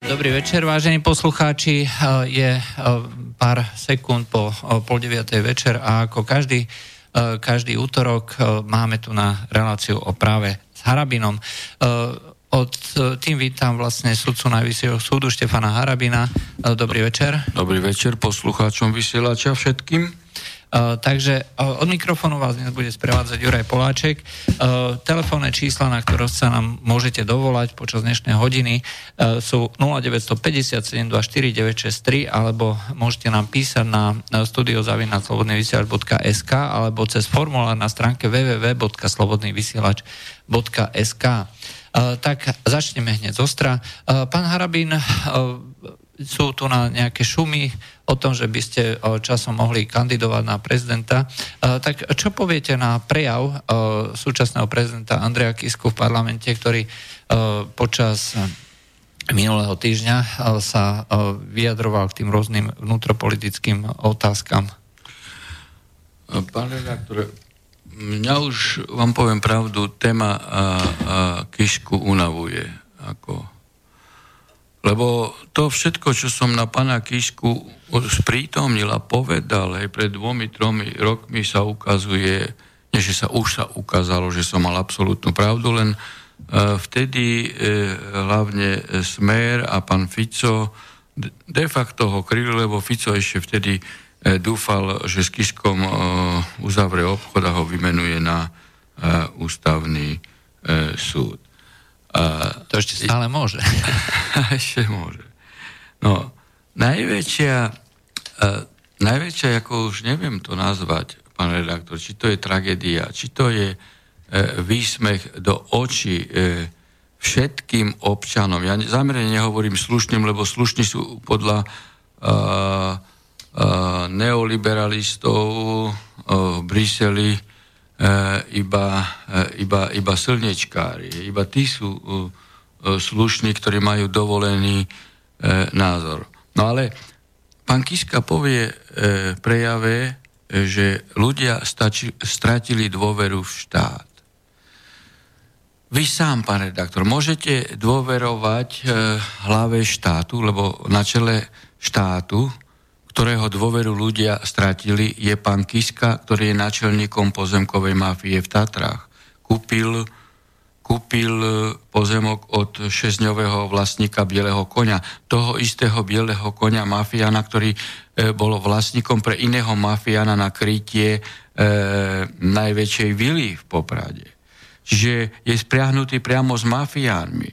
Dobrý večer, vážení poslucháči. Je pár sekúnd po 8:30 večer a ako každý útorok máme tu na reláciu o práve s Harabinom. Tým vítam vlastne sudcu Najvyššieho súdu Štefana Harabina. Dobrý večer. Dobrý večer poslucháčom vysielača všetkým. Takže od mikrofónu vás dnes bude sprevádzať Juraj Poláček. Telefónne čísla, na ktoré sa nám môžete dovolať počas dnešnej hodiny, sú 0957 249 963, alebo môžete nám písať na studio@slobodnyvysielac.sk alebo cez formulár na stránke www.slobodnyvysielac.sk. Tak začneme hneď zostra. Pán Harabin, sú tu na nejaké šumy o tom, že by ste časom mohli kandidovať na prezidenta. Tak čo poviete na prejav súčasného prezidenta Andreja Kisku v parlamente, ktorý počas minulého týždňa sa vyjadroval k tým rôznym vnútropolitickým otázkam? Pán redaktor, mňa už, vám poviem pravdu, téma Kisku unavuje. Lebo to všetko, čo som na pána Kisku sprítomnil a povedal, aj pred 2-3 rokmi sa ukazuje, že už sa ukázalo, že som mal absolútnu pravdu, len vtedy hlavne Smer a pán Fico de facto ho kryli, lebo Fico ešte vtedy dúfal, že s Kiskom uzavrie obchod a ho vymenuje na ústavný súd. To ešte stále môže. Ešte môže. No, najväčšia, ako už neviem to nazvať, pán redaktor, či to je tragédia, či to je výsmech do očí všetkým občanom. Ja zámerne nehovorím slušným, lebo slušní sú podľa neoliberalistov v Bruseli iba slnečkári. Iba tí sú slušní, ktorí majú dovolený názor. No ale pán Kiska povie v prejave, že ľudia stratili dôveru v štát. Vy sám, pán redaktor, môžete dôverovať hlave štátu, lebo na čele štátu, ktorého dôveru ľudia stratili, je pán Kiska, ktorý je náčelníkom pozemkovej mafie v Tatrách. Kúpil pozemok od 6-dňového vlastníka Bieleho koňa. Toho istého Bieleho koňa mafiána, ktorý bol vlastníkom pre iného mafiána na krytie najväčšej vily v Poprade. Čiže je spriahnutý priamo s mafiánmi.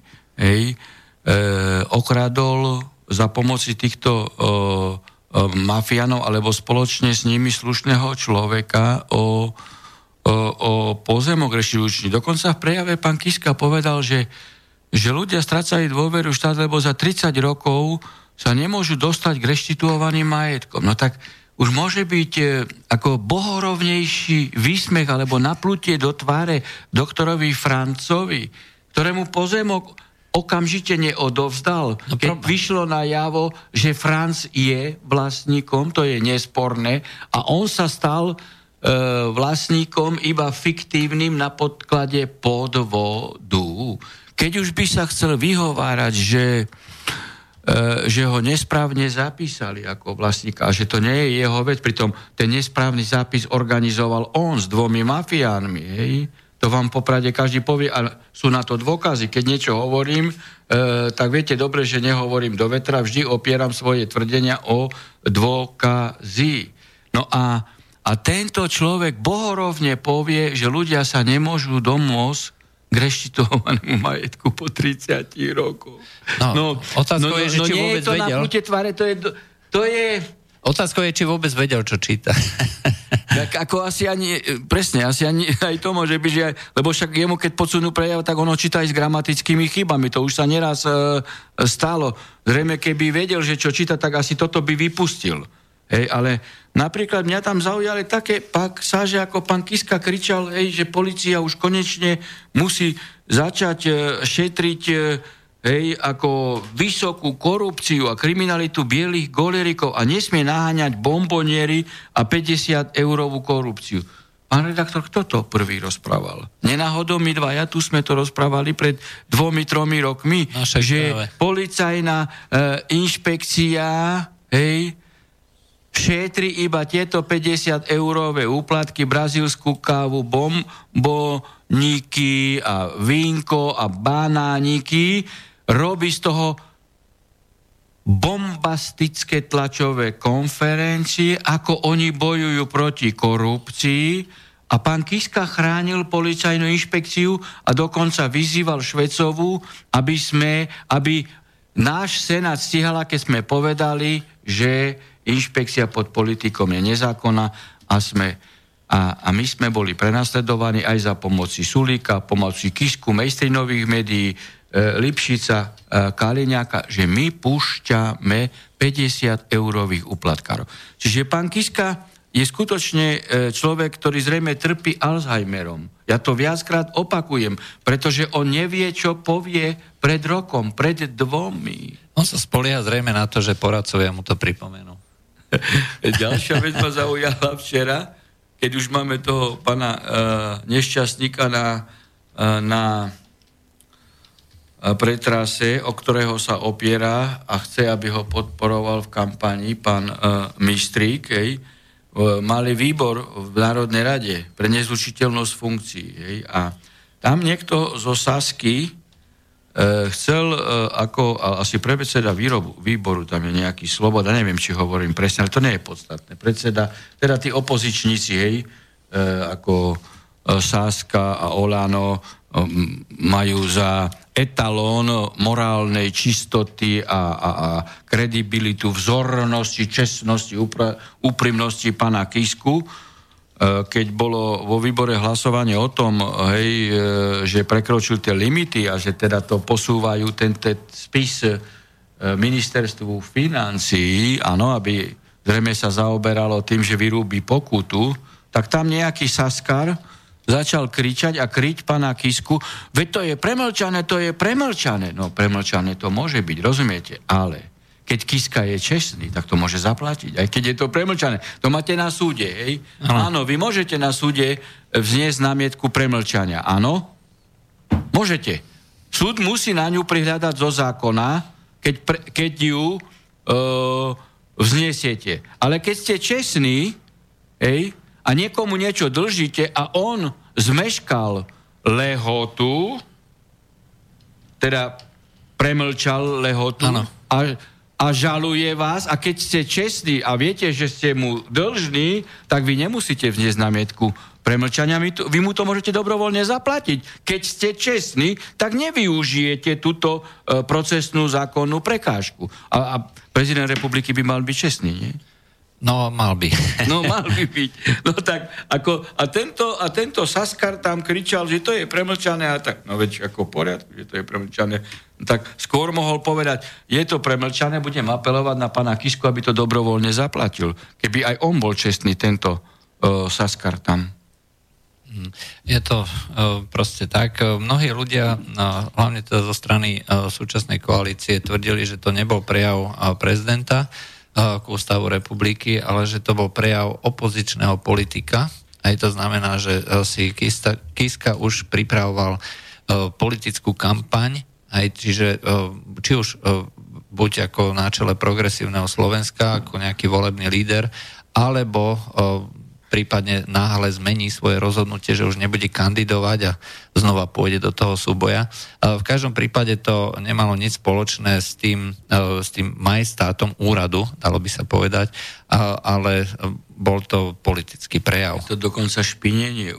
Okradol za pomoci týchto mafiánov alebo spoločne s nimi slušného človeka o pozemok reštitučný. Dokonca v prejave pán Kiska povedal, že ľudia strácajú dôveru štát, lebo za 30 rokov sa nemôžu dostať k reštituovaným majetkom. No tak už môže byť ako bohorovnejší výsmech alebo naplutie do tváre doktorovi Francovi, ktorému pozemok okamžite neodovzdal. Keď vyšlo najavo, že Franc je vlastníkom, to je nesporné, a on sa stal vlastníkom iba fiktívnym na podklade podvodu. Keď už by sa chcel vyhovárať, že ho nesprávne zapísali ako vlastníka a že to nie je jeho vec, pritom ten nesprávny zápis organizoval on s 2 mafiánmi, hej? To vám popravde každý povie, a sú na to dôkazy. Keď niečo hovorím, tak viete dobre, že nehovorím do vetra, vždy opieram svoje tvrdenia o dôkazy. No a tento človek bohorovne povie, že ľudia sa nemôžu domôcť k reštituovanému majetku po 30 rokoch. Otázkou je, že či vôbec vedel. Nie je to na pute tváre, to je... Otázkou je, či vôbec vedel, čo číta. Tak ako asi ani aj to môže byť, že lebo však jemu, keď podsunú prejav, tak ono číta aj s gramatickými chybami. To už sa neraz stalo. Zrejme, keby vedel, že čo číta, tak asi toto by vypustil. Ale napríklad mňa tam zaujali také pasáže, ako pán Kiska kričal, že polícia už konečne musí začať šetriť ako vysokú korupciu a kriminalitu bielých golerikov a nesmie naháňať bomboniery a 50-eurovú korupciu. Pán redaktor, kto to prvý rozprával? Nenáhodou my dvaja, tu sme to rozprávali pred 2-3 rokmi, že policajná inšpekcia, šetri iba tieto 50 eurové úplatky, brazílskú kávu, bomboníky a vínko a banániky, robí z toho bombastické tlačové konferencie, ako oni bojujú proti korupcii, a pán Kiska chránil policajnú inšpekciu a dokonca vyzýval Švecovú, aby náš senát stíhala, keď sme povedali, že inšpekcia pod politikom je nezákonná a my sme boli prenasledovaní aj za pomoci Sulíka, pomoci Kisku, mainstreamových médií, Lipšica, Kaliňáka, že my púšťame 50 eurových uplatkárov. Čiže pán Kiska je skutočne človek, ktorý zrejme trpí Alzheimerom. Ja to viackrát opakujem, pretože on nevie, čo povie pred rokom, pred 2. On sa spolieha zrejme na to, že poradcovia mu to pripomenú. Ďalšia vec ma zaujala včera, keď už máme toho pána nešťastníka na pretrase, o ktorého sa opiera a chce, aby ho podporoval v kampani pán Mistrík, mali výbor v Národnej rade pre nezlučiteľnosť funkcií. A tam niekto zo Sasky chcel ako asi predseda výboru, tam je nejaký Sloboda, neviem, či hovorím presne, ale to nie je podstatné. Predseda, teda tí opozičníci, ako Saska a Olano, majú za etalón morálnej čistoty a kredibilitu, vzornosti, čestnosti, úprimnosti pána Kisku. Keď bolo vo výbore hlasovanie o tom, že prekročil tie limity a že teda to posúvajú ten spis ministerstvu financií, áno, aby zrejme sa zaoberalo tým, že vyrúbi pokutu, tak tam nejaký Saskar začal kričať a kryť pána Kisku, veď to je premlčané. No premlčané to môže byť, rozumiete, ale keď Kiska je čestný, tak to môže zaplatiť. Aj keď je to premlčané. To máte na súde, hej? Áno, vy môžete na súde vzniesť námietku premlčania. Áno? Môžete. Súd musí na ňu prihľadať zo zákona, keď ju vznesiete. Ale keď ste čestní, a niekomu niečo dlžíte a on zmeškal lehotu, teda premlčal lehotu a žaluje vás, a keď ste čestní a viete, že ste mu dlžní, tak vy nemusíte vzniesť námietku premlčania, vy mu to môžete dobrovoľne zaplatiť. Keď ste čestní, tak nevyužijete túto procesnú zákonnú prekážku. A prezident republiky by mal byť čestný, nie? No, mal by. No, mal by byť. No tak, a tento Saskar tam kričal, že to je premlčané a tak, no veď ako v poriadku, že to je premlčané. Tak skôr mohol povedať, je to premlčané, budem apelovať na pána Kisku, aby to dobrovoľne zaplatil. Keby aj on bol čestný, tento Saskar tam. Je to proste tak. Mnohí ľudia, hlavne teda zo strany súčasnej koalície, tvrdili, že to nebol prejav prezidenta k ústavu republiky, ale že to bol prejav opozičného politika. Aj to znamená, že si Kiska už pripravoval politickú kampaň, aj čiže či už buď ako na čele progresívneho Slovenska, ako nejaký volebný líder, alebo prípadne náhle zmení svoje rozhodnutie, že už nebude kandidovať a znova pôjde do toho súboja. V každom prípade to nemalo nič spoločné s tým majestátom úradu, dalo by sa povedať, ale bol to politický prejav. Je to dokonca špinenie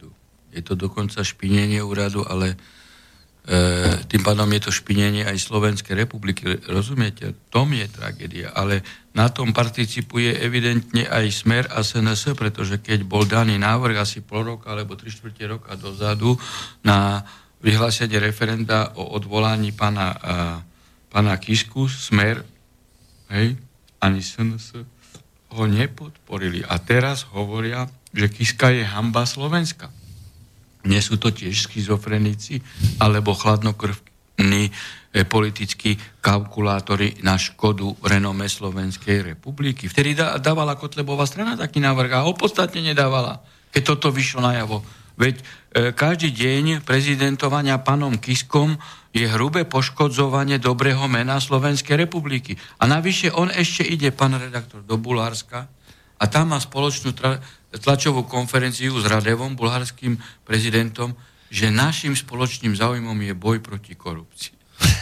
úradu. Ale tým pádom je to špinenie aj Slovenskej republiky. Rozumiete? Tom je tragédia. Ale na tom participuje evidentne aj Smer a SNS, pretože keď bol daný návrh asi pol roka alebo 3/4 roka dozadu na vyhlásenie referenda o odvolaní pána Kisku, Smer, ani SNS ho nepodporili. A teraz hovoria, že Kiska je hanba Slovenska. Nie sú to tiež schizofrenici alebo chladnokrvní politickí kalkulátori na škodu renome Slovenskej republiky. Vtedy dávala Kotlebová strana taký návrh a opodstatne nedávala. keď toto vyšlo najavo. Veď každý deň prezidentovania pánom Kiskom je hrubé poškodzovanie dobrého mena Slovenskej republiky. A navyše on ešte ide, pán redaktor, do Bulharska a tam má spoločnú tlačovú konferenciu s Radevom, bulharským prezidentom, že našim spoločným záujmom je boj proti korupcii.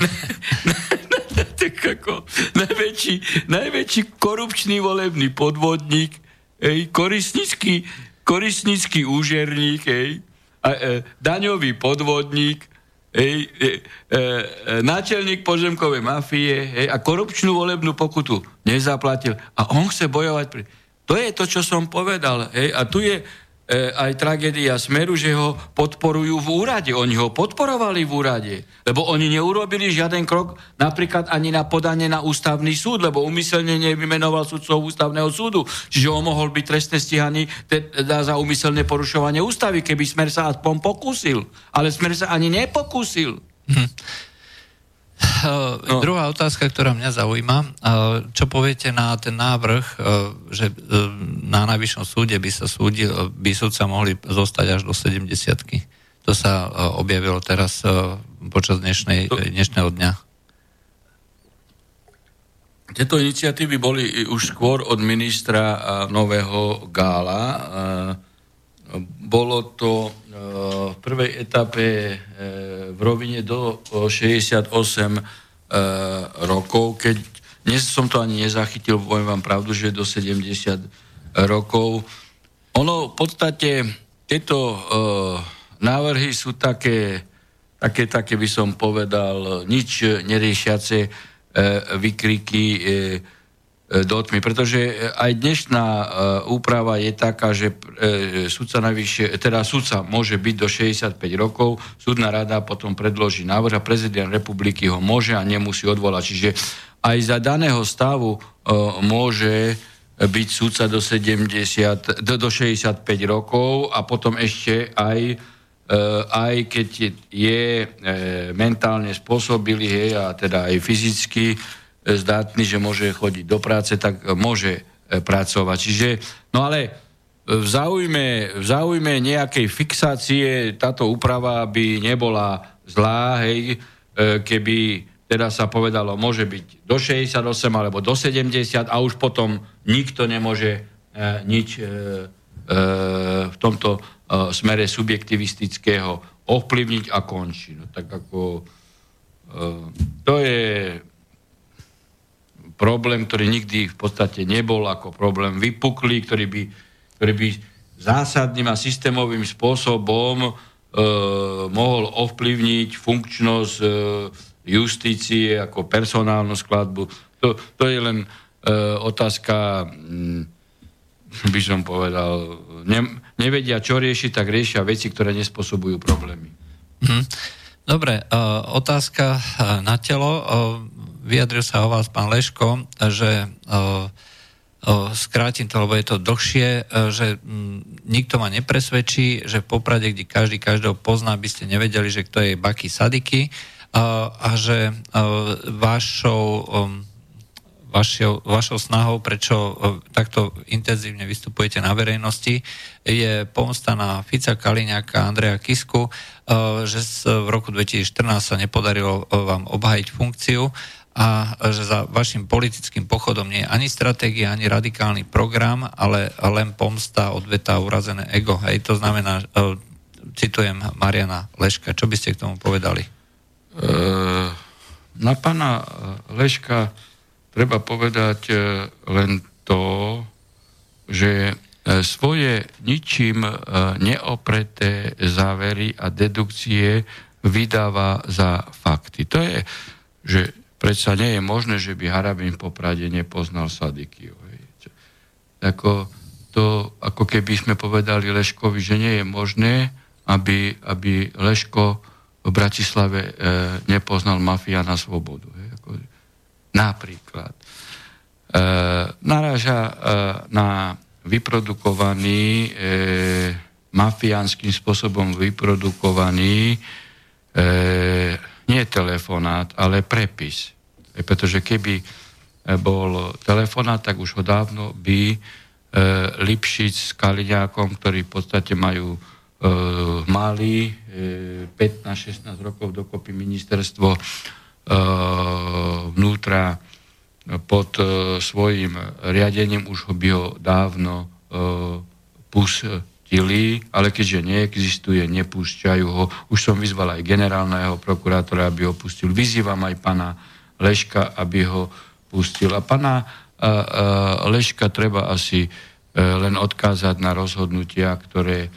Tak ako najväčší korupčný volebný podvodník, korisnícky úžerník, daňový podvodník, náčelník pozemkovej mafie a korupčnú volebnú pokutu nezaplatil. A on chce bojovať. To je to, čo som povedal. A tu je aj tragédia Smeru, že ho podporujú v úrade. Oni ho podporovali v úrade, lebo oni neurobili žiaden krok napríklad ani na podanie na ústavný súd, lebo úmyselne nevymenoval sudcov ústavného súdu. Čiže on mohol byť trestne stíhaný za úmyselné porušovanie ústavy, keby Smer sa aspoň pokúsil. Ale Smer sa ani nepokúsil. Druhá otázka, ktorá mňa zaujíma, čo poviete na ten návrh, že na najvyššom súde by sudca mohli zostať až do 70-ky. To sa objavilo teraz počas dnešného dňa. Tieto iniciatívy boli už skôr od ministra nového Gála. Bolo to v prvej etape v rovine do 68 rokov, keď dnes som to ani nezachytil, poviem vám pravdu, že do 70 rokov. Ono v podstate tieto návrhy sú také by som povedal, nič neriešiace vykriky do tmy, pretože aj dnešná úprava je taká, že sudca môže byť do 65 rokov, súdna rada potom predloží návrh a prezident republiky ho môže a nemusí odvolať. Čiže aj za daného stavu môže byť sudca do 65 rokov a potom ešte aj keď je mentálne spôsobilý a teda aj fyzicky zdatný, že môže chodiť do práce, tak môže pracovať. Čiže, no ale v záujme nejakej fixácie táto úprava by nebola zlá, keby teda sa povedalo, môže byť do 68 alebo do 70 a už potom nikto nemôže nič v tomto smere subjektivistického ovplyvniť a končí. No tak ako to je problém, ktorý nikdy v podstate nebol ako problém vypuklý, ktorý by zásadným a systémovým spôsobom mohol ovplyvniť funkčnosť justície ako personálnu skladbu. To je len otázka, by som povedal, nevedia, čo riešiť, tak riešia veci, ktoré nespôsobujú problémy. Dobre, otázka na telo. Vyjadril sa o vás pán Leško, že skrátim to, lebo je to dlhšie, že nikto ma nepresvedčí, že v Poprade, kde každý každého pozná, by ste nevedeli, že kto je Baki Sadiky a že vašou snahou, prečo takto intenzívne vystupujete na verejnosti, je pomsta na Fica, Kaliňáka, Andreja Kisku, že v roku 2014 sa nepodarilo vám obhájiť funkciu a že za vašim politickým pochodom nie je ani stratégia, ani radikálny program, ale len pomsta, odveta, urazené ego. Hej, to znamená, citujem Mariana Leška. Čo by ste k tomu povedali? Na pána Leška treba povedať len to, že svoje ničím neopreté závery a dedukcie vydáva za fakty. To je, že predsa nie je možné, že by Harabin v Poprade nepoznal Sadikyho. Ako keby sme povedali Leškovi, že nie je možné, aby Leško v Bratislave nepoznal Mafiána Svobodu. Napríklad. Naráža na vyprodukovaný, mafiánskym spôsobom vyprodukovaný nie telefonát, ale prepis. Pretože keby bol telefonát, tak už ho dávno by Lipšic s Kaliňákom, ktorí v podstate majú mali 15-16 rokov dokopy ministerstvo vnútra pod svojím riadením, už by ho dávno pustili, ale keďže neexistuje, nepúšťajú ho. Už som vyzval aj generálneho prokurátora, aby ho pustil. Vyzývam aj pána Leška, aby ho pustil. A pána Leška treba asi len odkázať na rozhodnutia, ktoré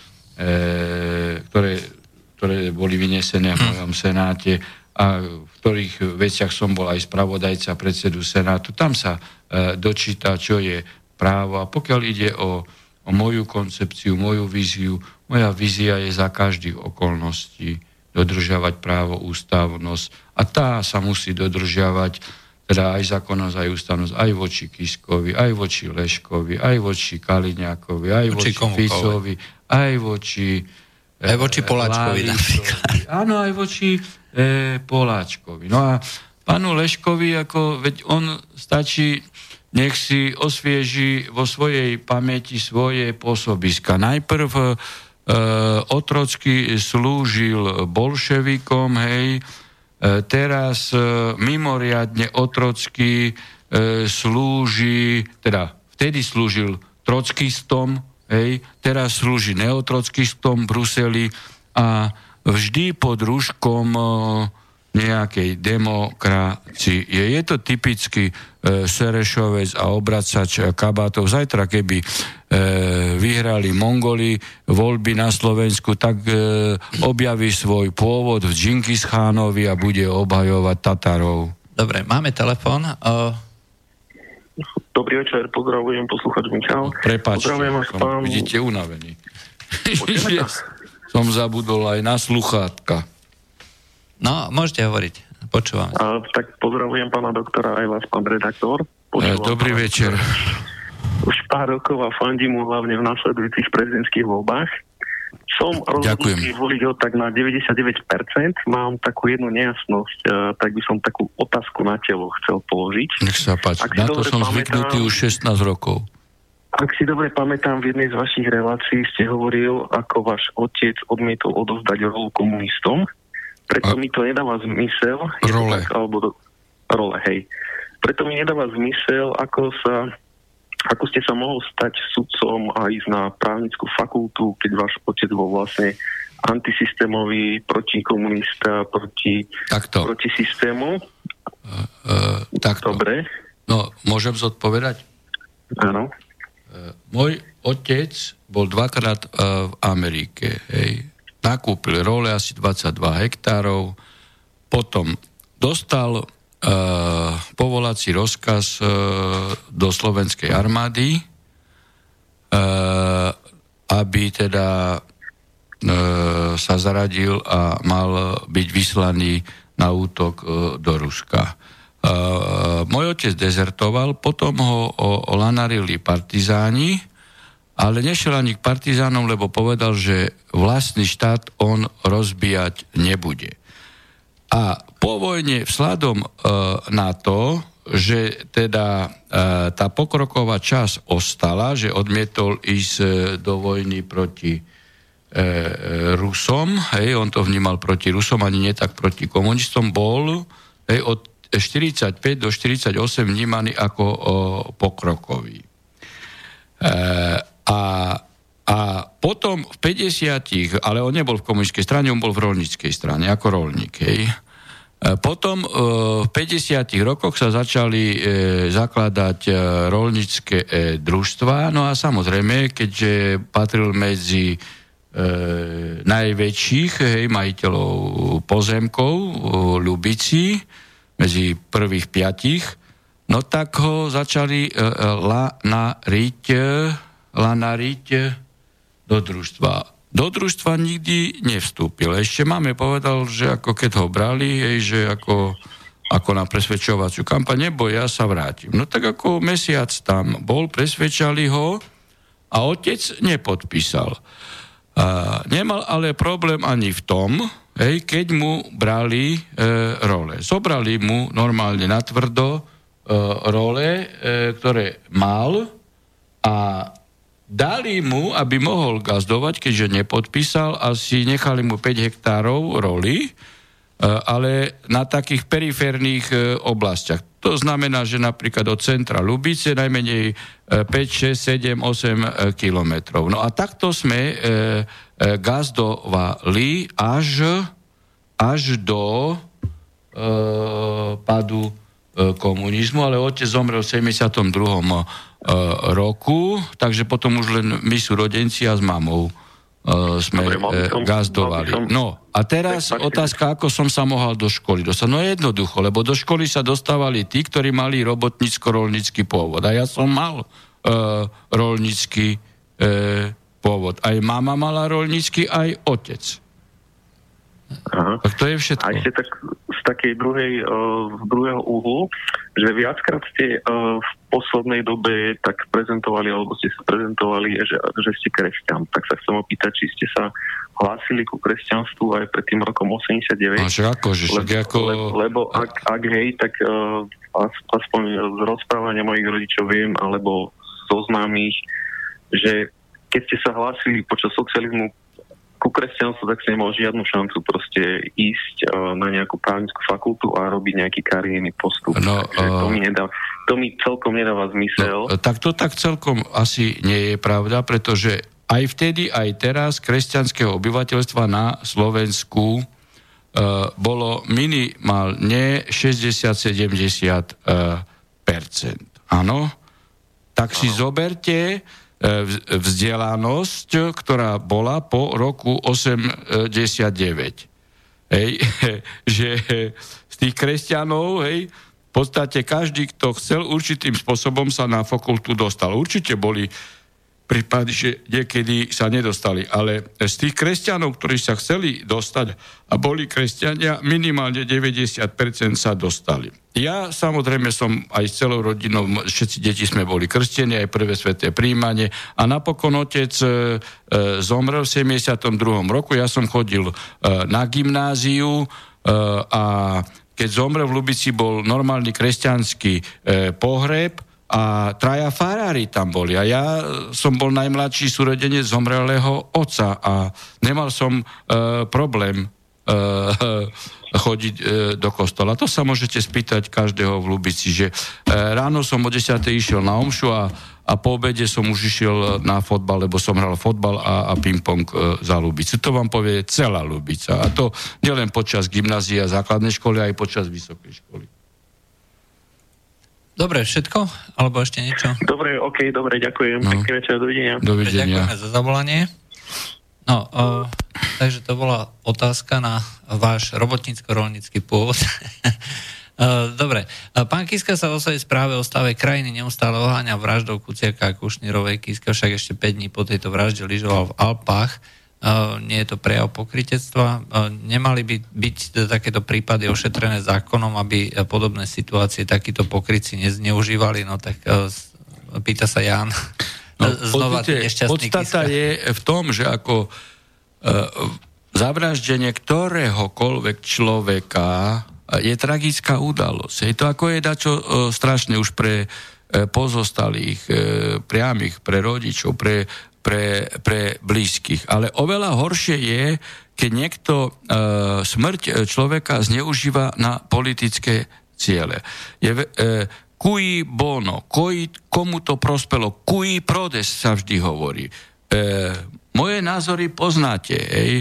boli vynesené v mojom senáte a v ktorých veciach som bol aj spravodajca predsedu senátu. Tam sa dočíta, čo je právo. A pokiaľ ide o moju koncepciu, moju víziu, moja vízia je za každých okolností dodržiavať právo, ústavnosť a tá sa musí dodržiavať teda aj zákonnosť, aj ústavnosť, aj voči Kiskovi, aj voči Leškovi, aj voči Kaliňákovi, aj voči Ficovi, aj voči Poláčkovi napríklad. Áno, aj voči Poláčkovi. No a pánu Leškovi, veď on stačí, nech si osvieži vo svojej pamäti svoje pôsobiska. Najprv otrocky slúžil bolševikom, hej, teraz mimoriadne otrocky slúži, teda vtedy slúžil trockistom, hej, teraz slúži neotrockistom v Bruseli a vždy pod rúškom nejakej demokracii. Je to typický Serešovec a obracač kabátov. Zajtra, keby vyhrali Mongoli voľby na Slovensku, tak objaví svoj pôvod v Džingischánovi a bude obhajovať Tatarov. Dobre, máme telefón. Dobrý večer, pozdravujem posluchač Michal. Prepáčte, vidíte unavený. Som zabudol aj na sluchátka. No, môžete hovoriť. Počúvam. Tak pozdravujem pána doktora aj vás, pán redaktor. Dobrý večer. Už pár rokov a fandím mu hlavne v nasledujúcich prezidentských voľbách. Som rozhodnutý voliť ho tak na 99%. Mám takú jednu nejasnosť, tak by som takú otázku na telo chcel položiť. Nech sa páči. Na to som zvyknutý už 16 rokov. Ak si dobre pamätám, v jednej z vašich relácií ste hovoril, ako váš otec odmietol odovzdať rolu komunistom. Preto mi to nedáva zmysel. Role, hej. Preto mi nedáva zmysel, ako ste sa mohol stať sudcom a ísť na právnickú fakultu, keď váš otec bol vlastne antisystémový, protikomunista, proti systému. Takto. Dobre. No, môžem zodpovedať? Áno. Môj otec bol dvakrát v Amerike, hej. Nakúpil role asi 22 hektárov, potom dostal povolací rozkaz do slovenskej armády, aby teda sa zaradil a mal byť vyslaný na útok do Ruska. Môj otec dezertoval, potom ho lanarili partizáni, ale nešiel ani k partizánom, lebo povedal, že vlastný štát on rozbíjať nebude. A po vojne vzhľadom na to, že teda tá pokroková časť ostala, že odmietol ísť do vojny proti Rusom, hej, on to vnímal proti Rusom, ani nie tak proti komunistom, bol od 45 do 48 vnímaný ako pokrokový. A potom v 50, ale on nebol v komunistickej strane, on bol v roľníckej strane, ako roľník. Hej. Potom v 50 rokoch sa začali zakladať roľnícke družstvá, no a samozrejme, keďže patril medzi najväčších majiteľov pozemkov Ľubici, medzi prvých 5, no tak ho začali lanariť do družstva. Do družstva nikdy nevstúpil. Ešte máme povedal, že ako keď ho brali, že ako na presvedčovaciu kampaň, nebo ja sa vrátim. No tak ako mesiac tam bol, presvedčali ho a otec nepodpísal. Nemal ale problém ani v tom, keď mu brali role. Zobrali mu normálne natvrdo role, ktoré mal a dali mu, aby mohol gazdovať, keďže nepodpísal, asi nechali mu 5 hektárov roli, ale na takých periférnych oblastiach. To znamená, že napríklad od centra Ľubice najmenej 5, 6, 7, 8 kilometrov. No a takto sme gazdovali až do padu komunizmu, ale otec zomrel v 72. roku, takže potom už len my súrodenci a s mamou sme gazdovali. No a teraz otázka, ako som sa mohol do školy dostať. No jednoducho, lebo do školy sa dostávali tí, ktorí mali robotnícko-rolnícky pôvod. A ja som mal rolnícky pôvod. Aj mama mala rolnícky, aj otec. Aha. Tak to je všetko. A ešte tak z takej druhého úhlu, že viackrát ste v poslednej dobe tak prezentovali, alebo ste sa prezentovali, že ste kresťan. Tak sa chcem opýtať, či ste sa hlásili ku kresťanstvu aj pred tým rokom 89. Lebo ak hej, tak aspoň z rozprávania mojich rodičov viem, alebo zo známych, že keď ste sa hlásili počas socializmu ku kresťanstvu, tak si nemal žiadnu šancu proste ísť na nejakú právnickú fakultu a robiť nejaký kariérny postup. No, to mi celkom nedáva zmysel. No, tak to tak celkom asi nie je pravda, pretože aj vtedy, aj teraz kresťanského obyvateľstva na Slovensku bolo minimálne 60-70%. Áno? Tak si zoberte vzdelanosť, ktorá bola po roku 89. Hej, že z tých kresťanov, hej, v podstate každý, kto chcel určitým spôsobom sa na fakultu dostal. Určite boli prípady, že niekedy sa nedostali, ale z tých kresťanov, ktorí sa chceli dostať a boli kresťania, minimálne 90% sa dostali. Ja samozrejme som aj s celou rodinou, všetci deti sme boli krstení, aj prvé sväté prijímanie a napokon otec zomrel v 72. roku, ja som chodil na gymnáziu a keď zomrel v Ľubici, bol normálny kresťanský pohreb a traja farári tam boli. A ja som bol najmladší súrodenec zomrelého otca a nemal som problém chodiť do kostola. To sa môžete spýtať každého v Ľubici, že ráno som o 10. išiel na omšu a po obede som už išiel na fotbal, lebo som hral fotbal a ping-pong za Ľubicu. To vám povie celá Ľubica. A to nielen počas gymnázia, základnej školy, aj počas vysokej školy. Dobre, všetko? Alebo ešte niečo? Dobre, dobre, ďakujem. No. Pekný večer, dovidenia. Dovidenia. Ďakujeme za zavolanie. No, takže to bola otázka na váš robotnícko-rolnícky pôvod. Dobre. Pán Kiska sa vo svojej správe o stave krajiny neustále oháňa vraždou Kuciaka a Kušnírovej. Kiska však ešte 5 dní po tejto vražde lyžoval v Alpách. Nie je to prejav pokrytectva. Nemali by byť takéto prípady ošetrené zákonom, aby podobné situácie takíto pokrytci nezneužívali. No tak pýta sa Ján. Znova nešťastný Kiska. Podstata je v tom, že ako zavraždenie ktoréhokoľvek človeka je tragická udalosť. Je to ako je dačo strašné už pre pozostalých, priamých, pre rodičov, pre blízkych. Ale oveľa horšie je, keď niekto smrť človeka zneužíva na politické ciele. Cui bono, komu to prospelo, cui prodes sa vždy hovorí. Moje názory poznáte,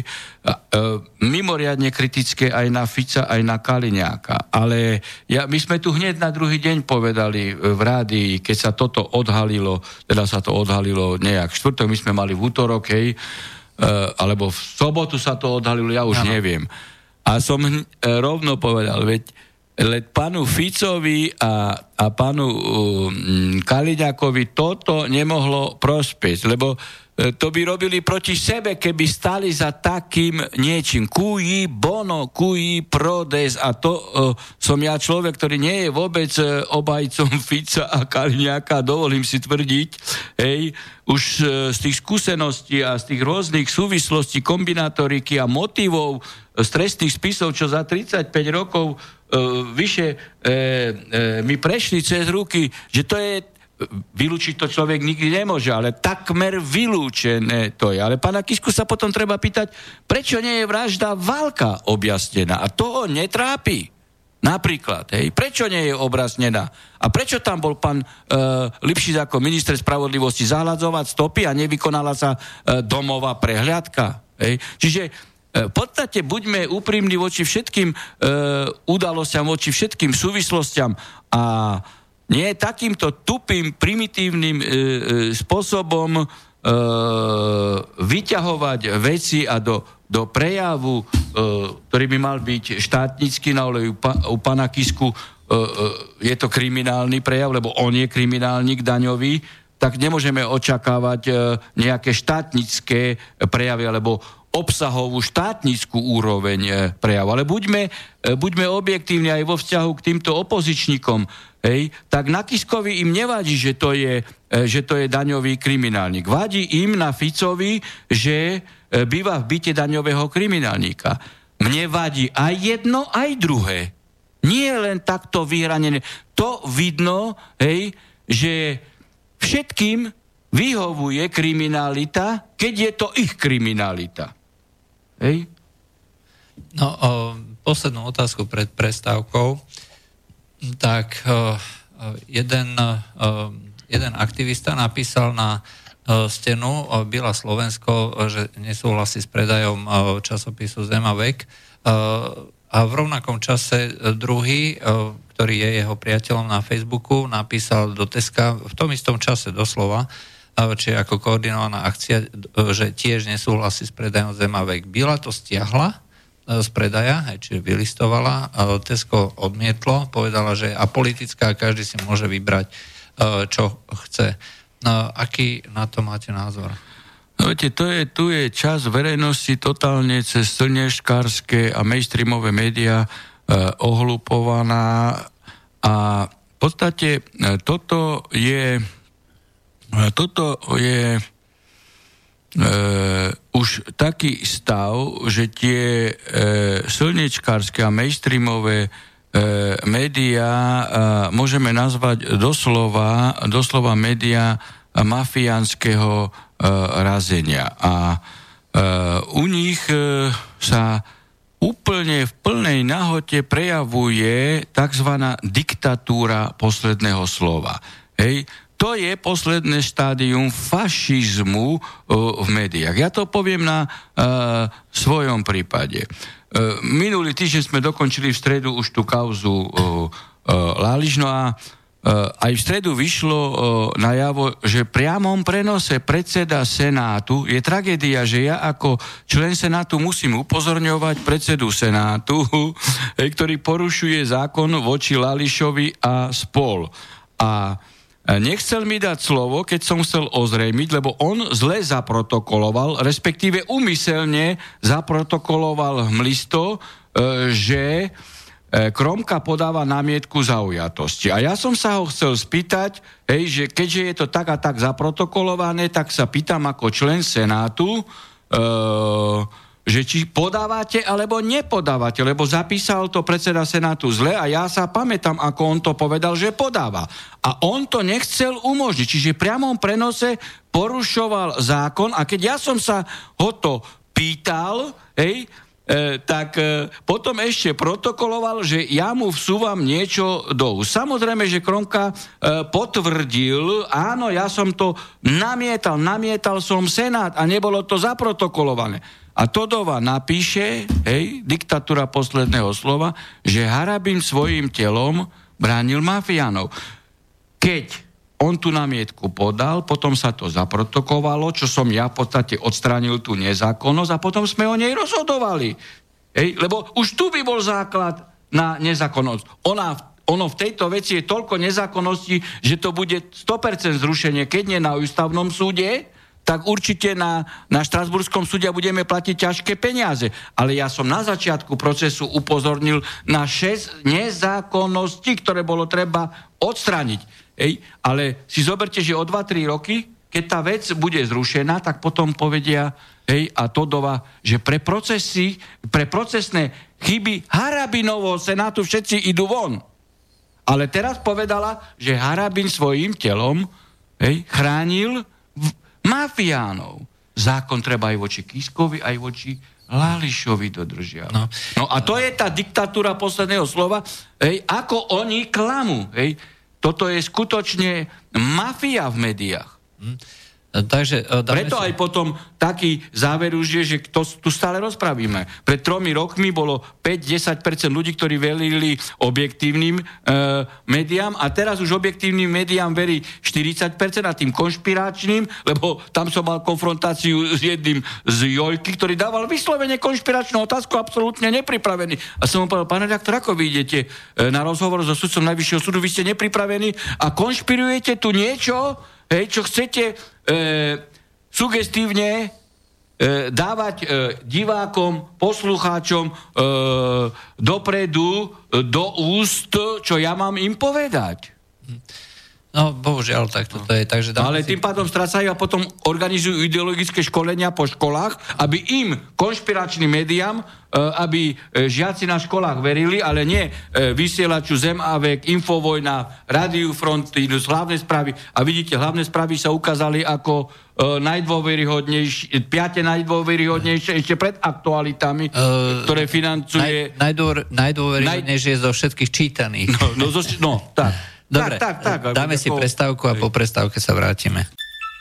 mimoriadne kritické aj na Fica, aj na Kaliňáka, ale my sme tu hneď na druhý deň povedali v rádii, keď sa toto odhalilo, teda sa to odhalilo nejak štvrtok, my sme mali v útorok, alebo v sobotu sa to odhalilo, ja už neviem. A som rovno povedal, veď pánu Ficovi a pánu Kaliňákovi toto nemohlo prospieť, lebo to by robili proti sebe, keby stali za takým niečím. Cui bono, cui prodes. A to som ja človek, ktorý nie je vôbec obajcom Fica a Kaliňáka, dovolím si tvrdiť. Už z tých skúseností a z tých rôznych súvislostí, kombinatoriky a motivov z trestných spisov, čo za 35 rokov vyše mi prešli cez ruky, že to je vylúčiť to človek nikdy nemôže, ale takmer vylúčené to je. Ale pána Kisku sa potom treba pýtať, prečo nie je vražda Válka objasnená? A to ho netrápi. Napríklad, prečo nie je objasnená? A prečo tam bol pán Lipšic ako minister spravodlivosti zahľadzovať stopy a nevykonala sa domová prehliadka? Čiže v podstate buďme úprimní voči všetkým udalostiam, voči všetkým súvislostiam a nie takýmto tupým, primitívnym spôsobom vyťahovať veci a do prejavu, ktorý by mal byť štátnický, ale u pána Kisku je to kriminálny prejav, lebo on je kriminálnik daňový, tak nemôžeme očakávať nejaké štátnické prejavy alebo obsahovú štátnickú úroveň prejavu. Ale buďme objektívni aj vo vzťahu k týmto opozičníkom. Tak na Kiskovi im nevadí, že to je daňový kriminálnik. Vadí im na Ficovi, že býva v byte daňového kriminálnika. Mne vadí aj jedno, aj druhé. Nie len takto vyhranené. To vidno, že všetkým vyhovuje kriminalita, keď je to ich kriminalita. No, poslednú otázku pred prestávkou. Tak jeden aktivista napísal na stenu Biela Slovensko, že nesúhlasí s predajom časopisu Zem a vek. A v rovnakom čase druhý, ktorý je jeho priateľom na Facebooku, napísal do Teska v tom istom čase doslova, či ako koordinovaná akcia, že tiež nesúhlasí s predajom Zem a vek. Biela to stiahla z predaja, čiže vylistovala, Tesco odmietlo, povedala, že je apolitická a každý si môže vybrať, čo chce. Aký na to máte názor? No viete, tu je časť verejnosti totálne cez slnečkárske a mainstreamové médiá ohlupovaná a v podstate toto je už taký stav, že tie slnečkárske a mainstreamové médiá môžeme nazvať doslova médiá mafiánskeho razenia. A u nich sa úplne v plnej nahote prejavuje takzvaná diktatúra posledného slova. To je posledné štádium fašizmu v médiách. Ja to poviem na svojom prípade. Minulý týždeň sme dokončili v stredu už tú kauzu Lališ, no a aj v stredu vyšlo najavo, že v priamom prenose predseda Senátu, je tragédia, že ja ako člen Senátu musím upozorňovať predsedu Senátu, ktorý porušuje zákon voči Lališovi a spol. A nechcel mi dať slovo, keď som chcel ozrejmiť, lebo on zle zaprotokoloval, respektíve úmyselne zaprotokoloval hmlisto, že Kromka podáva námietku zaujatosti. A ja som sa ho chcel spýtať, že keďže je to tak a tak zaprotokolované, tak sa pýtam ako člen Senátu, že či podávate alebo nepodávate, lebo zapísal to predseda Senátu zle a ja sa pamätám, ako on to povedal, že podáva. A on to nechcel umožniť, čiže v priamom prenose porušoval zákon a keď ja som sa ho to pýtal, tak potom ešte protokoloval, že ja mu vsúvam niečo do úst. Samozrejme, že Kromka potvrdil, áno, ja som to namietal som Senát a nebolo to zaprotokolované. A Todova napíše, diktatúra posledného slova, že Harabin svojím telom bránil mafiánov. Keď on tú námietku podal, potom sa to zaprotokovalo, čo som ja v podstate odstránil tú nezákonnosť a potom sme o nej rozhodovali. Lebo už tu by bol základ na nezákonnosť. Ono v tejto veci je toľko nezákonností, že to bude 100% zrušenie, keď nie na ústavnom súde, tak určite na Štrasburskom súde budeme platiť ťažké peniaze. Ale ja som na začiatku procesu upozornil na 6 nezákonností, ktoré bolo treba odstrániť. Ale si zoberte, že o 2-3 roky, keď tá vec bude zrušená, tak potom povedia a Todova, že pre procesné chyby Harabinovho Senátu všetci idú von. Ale teraz povedala, že Harabin svojím telom chránil mafiánov. Zákon treba aj voči Kiskovi, aj voči Lališovi dodržiavať. No a to je tá diktatúra posledného slova, ako oni klamú. Toto je skutočne mafia v médiách. Takže, preto aj potom taký záver už je, že to tu stále rozprávime. Pred 3 rokmi bolo 5-10% ľudí, ktorí verili objektívnym médiám a teraz už objektívnym médiám verí 40% a tým konšpiračným, lebo tam som mal konfrontáciu s jedným z Jojky, ktorý dával vyslovene konšpiračnú otázku, absolútne nepripravený. A som mu povedal, pán redaktor, ako vy idete na rozhovor so sudcom Najvyššieho súdu, vy ste nepripravení a konšpirujete tu niečo, čo chcete sugestívne dávať divákom, poslucháčom dopredu, do úst, čo ja mám im povedať. No, bohužiaľ, tak toto je. Takže ale tým pádom strácajú a potom organizujú ideologické školenia po školách, aby im, konšpiračným médiám, aby žiaci na školách verili, ale nie vysielaču Zemavek, Infovojna, Rádiu Front, z hlavnej správy. A vidíte, hlavné správy sa ukázali ako najdôveryhodnejšie, 5. najdôveryhodnejšie ešte pred aktualitami, ktoré financuje... Najdôveryhodnejšie zo všetkých čítaných. Tak. Dobre, tak, dáme si prestávku a po prestávke sa vrátime.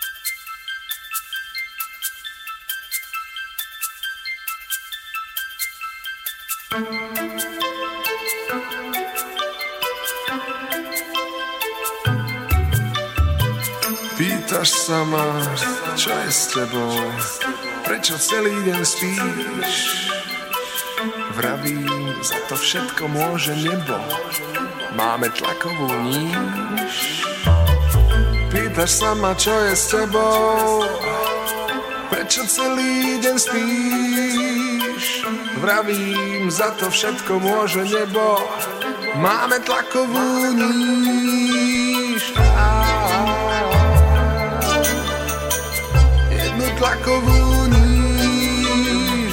Pýtaš sa ma, čo je s tebou, prečo celý deň spíš? Vravím, za to všetko môže nebo. Máme tlakovú níž. Pýtaš sa ma, čo je s tebou, prečo celý deň spíš? Vravím, za to všetko môže nebo. Máme tlakovú níž. Jednu tlakovú níž.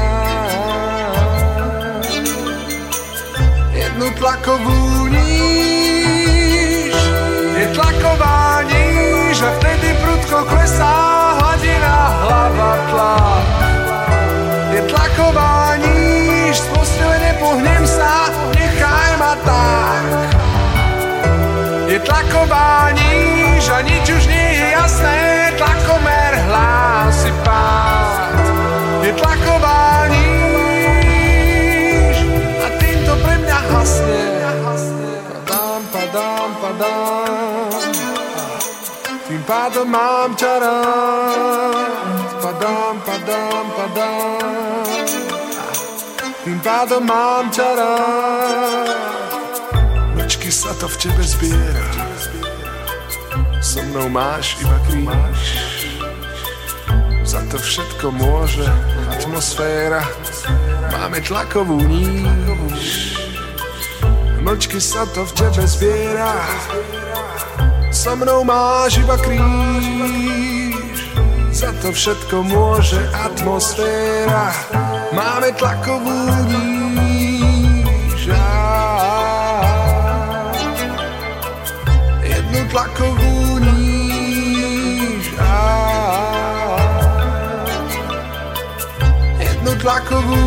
Jednu tlakovú níž. Je tlaková níž a vtedy prudko klesá hladina, hlava tlak. Je tlaková níž, z postele nepohnem sa, nechaj ma tak. Je tlaková níž a nič už nie je jasné, tlakomer hlási pád. Je tlaková níž a týmto pre mňa hasne. Padám, tým pádom mám ťa rád. Padám, tým pádom mám ťa rád. Mlčky sa to v tebe zbiera, so mnou máš iba kríž. Za to všetko môže atmosféra, máme tlakovú níž. Mlčky sa to v tebe zbiera, so mnou máš iba kríž. Za to všetko môže atmosféra, máme tlakovú níž. Jednu tlakovú níž. Jednu tlakovú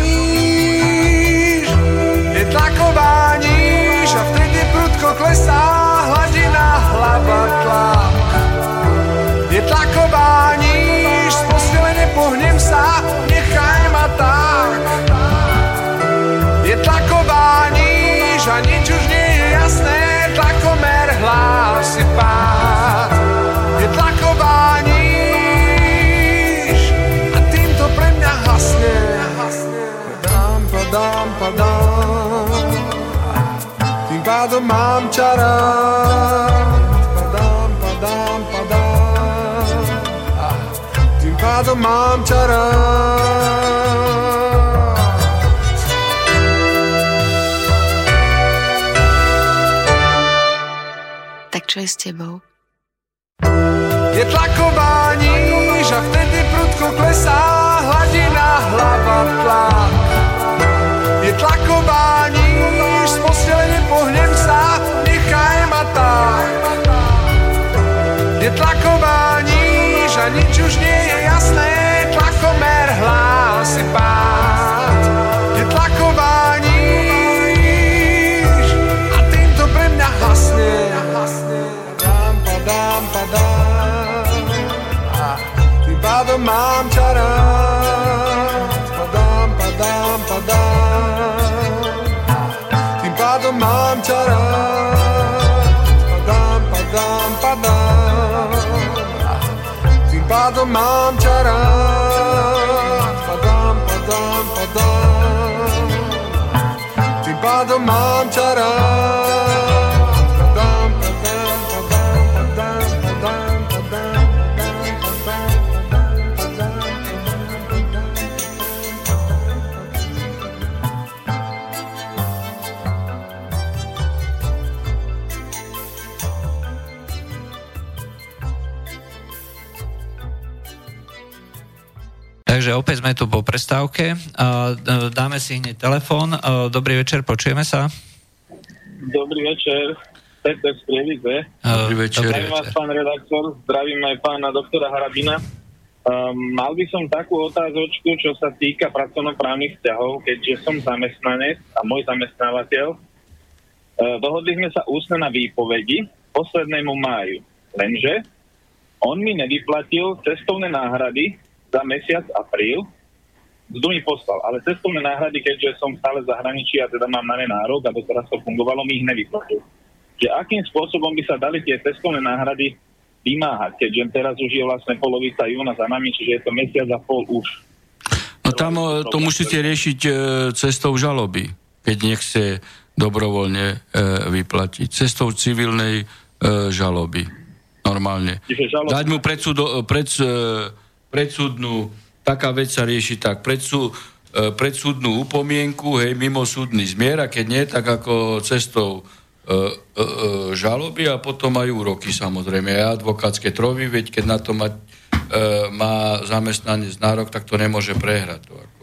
níž. Je tlaková níž a vtedy prudko klesá hladina, hlava tlak. Je tlaková níž, z postele nepohnem sa, nechaj ma tak. Je tlaková níž a nič už nie je jasné, tlakomer hlási pád. Je tlaková níž a týmto pre mňa hasne. Padám, tým pádom mám ťa rád. Padám, tým pádom mám ťa rád. Tak čo je s tebou? Je tlaková níž a vtedy prudko klesá hladina, hlava tlak. Je tlaková níž, z postele nepohnem sa, Je tlaková níž a nič už nie je jasné, tlakomer hlási pád. Je tlaková níž a týmto pre mňa hasne. Padám, a tým pádom mám ťa rád. Padám, tým pádom mám ťa rád. Padám, tým pádom mám ťa rád. Padám, tým pádom mám ťa rád. Takže opäť sme tu po prestávke. Dáme si hneď telefón. Dobrý večer, počujeme sa? Dobrý večer, Peter z Prievidze. Dobrý večer. Zdravím vás, pán redaktor, zdravím aj pána doktora Harabina. Mal by som takú otázočku, čo sa týka pracovnoprávnych vzťahov, keďže som zamestnanec a môj zamestnávateľ. Dohodli sme sa ústne na výpovedi poslednému máju. Lenže on mi nevyplatil cestovné náhrady za mesiac apríl, mzdu mi poslal, ale cestovné náhrady, keďže som stále v zahraničí a teda mám na ne nárok a doteraz to fungovalo, mi ich nevyplatil. Že akým spôsobom by sa dali tie cestovné náhrady vymáhať, keďže teraz už je vlastne polovica júna za nami, čiže je to mesiac a pol už. No tam to musíte riešiť cestou žaloby, keď nechce dobrovoľne vyplatiť. Cestou civilnej žaloby. Normálne. Dať mu predsúdnu, taká vec sa rieši tak, predsúdnu upomienku, hej, mimo súdny zmier, a keď nie, tak ako cestou žaloby a potom aj úroky, samozrejme, aj advokátske trovy, veď keď na to má zamestnanec nárok, tak to nemôže prehrať. To ako.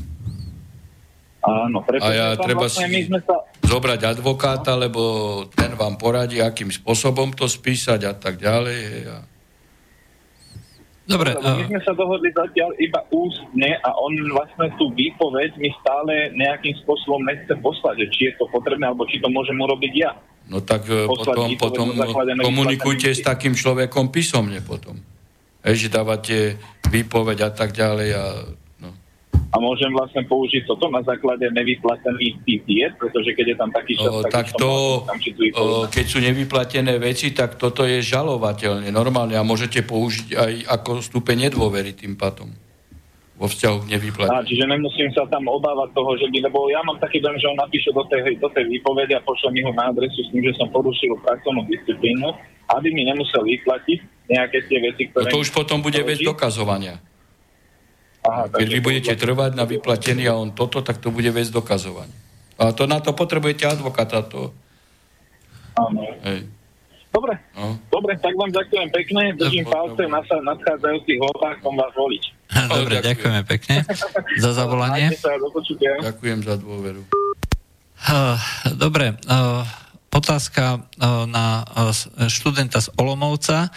Áno, a ja treba vlastne si zobrať advokáta, lebo ten vám poradí, akým spôsobom to spísať a tak ďalej. A... Dobre. My sme sa dohodli zatiaľ iba ústne a on vlastne tú výpoveď mi stále nejakým spôsobom nechce poslať, či je to potrebné, alebo či to môžem urobiť ja. No tak potom komunikujte s takým človekom písomne potom. Že dávate výpoveď a tak ďalej a môžem vlastne použiť toto na základe nevyplatených diet, pretože keď je tam taký čas, keď sú nevyplatené veci, tak toto je žalovateľné normálne a môžete použiť aj ako stupeň nedôvery tým pádom vo vzťahu k nevyplateniu. Čiže nemusím sa tam obávať toho, že lebo ja mám taký dojem, že on napíše do tej výpovede a pošle mi ho na adresu s tým, že som porušil pracovnú disciplínu, aby mi nemusel vyplatiť nejaké tie veci, ktoré... No to už potom bude vec dokazovania. Keď vy budete trvať na vyplatení a on toto, tak to bude vec dokazovania. A to na to potrebujete advokáta. Áno. Dobre, Dobre, tak vám ďakujem pekne, držím palce na nadchádzajúcich voľbách, som vás voliť. Dobre, ďakujeme pekne za zavolanie. Ďakujem za dôveru. Dobre, otázka na študenta z Olomouca.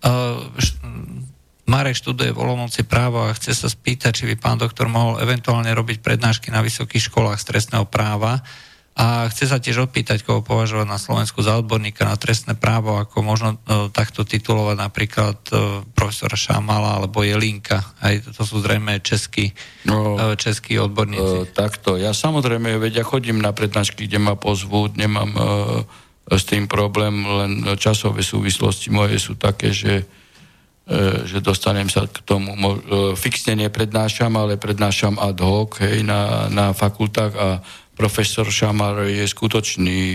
Marek študuje v Olomouci právo a chce sa spýtať, či by pán doktor mohol eventuálne robiť prednášky na vysokých školách z trestného práva a chce sa tiež opýtať, koho považovať na Slovensku za odborníka na trestné právo, ako možno takto titulovať napríklad profesora Šamala alebo Jelinka. Aj to sú zrejme českí odborníci. Takto. Ja samozrejme, veď ja chodím na prednášky, kde ma pozvú, nemám s tým problém, len časové súvislosti moje sú také, že dostanem sa k tomu. Fixne neprednášam, ale prednášam ad hoc, hej, na fakultách a profesor Šamar je skutočný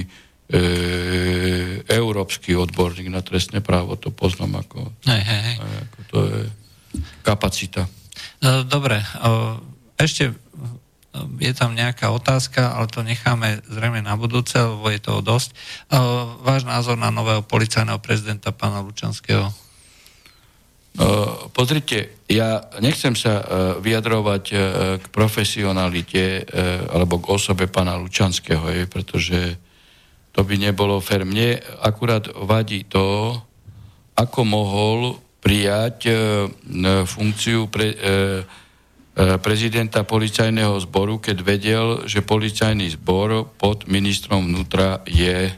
európsky odborník na trestné právo, to poznám ako to je kapacita. Dobre, ešte je tam nejaká otázka, ale to necháme zrejme na budúce, lebo je toho dosť. Váš názor na nového policajného prezidenta pána Lučanského? Pozrite, ja nechcem sa vyjadrovať k profesionalite alebo k osobe pána Lučanského, pretože to by nebolo fér. Mne akurát vadí to, ako mohol prijať funkciu prezidenta policajného zboru, keď vedel, že policajný zbor pod ministrom vnútra je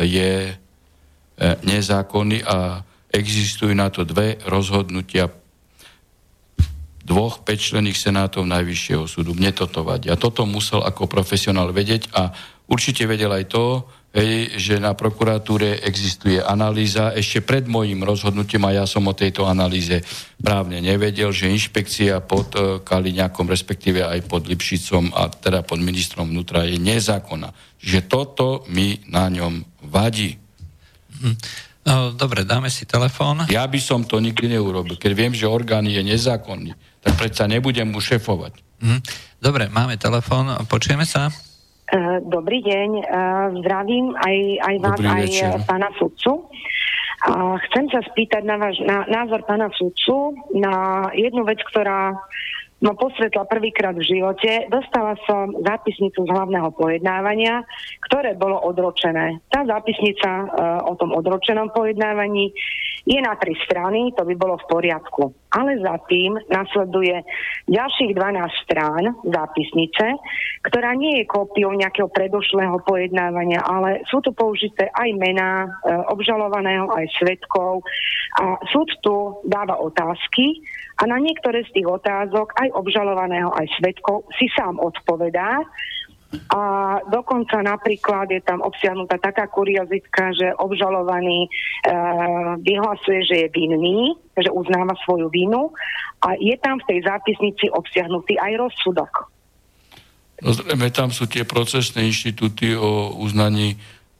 nezákonný a existujú na to dve rozhodnutia 2 5-členných senátov Najvyššieho súdu. Mne toto vadí. A toto musel ako profesionál vedieť a určite vedel aj to, že na prokuratúre existuje analýza. Ešte pred mojím rozhodnutím, a ja som o tejto analýze právne nevedel, že inšpekcia pod Kaliňákom, respektíve aj pod Lipšicom a teda pod ministrom vnútra je nezákonná. Čiže toto mi na ňom vadí. Dobre, dáme si telefón. Ja by som to nikdy neurobil. Keď viem, že orgán je nezákonný, tak predsa nebudem mu šefovať. Dobre, máme telefón. Počujeme sa? Dobrý deň. Zdravím aj vás, aj pána sudcu. Chcem sa spýtať na váš názor pána sudcu na jednu vec, ktorá ma posvetla prvýkrát v živote. Dostala som zápisnicu z hlavného pojednávania, ktoré bolo odročené. Tá zápisnica o tom odročenom pojednávaní je na 3 strany, to by bolo v poriadku. Ale za tým nasleduje ďalších 12 strán zápisnice, ktorá nie je kópiou nejakého predošlého pojednávania, ale sú tu použité aj mená obžalovaného, aj svedkov. A súd tu dáva otázky a na niektoré z tých otázok aj obžalovaného, aj svedkov si sám odpovedá. A dokonca napríklad je tam obsiahnutá taká kuriozitka, že obžalovaný vyhlasuje, že je vinný, že uznáva svoju vinu a je tam v tej zápisnici obsiahnutý aj rozsudok. No zrejme, tam sú tie procesné inštitúty o uznaní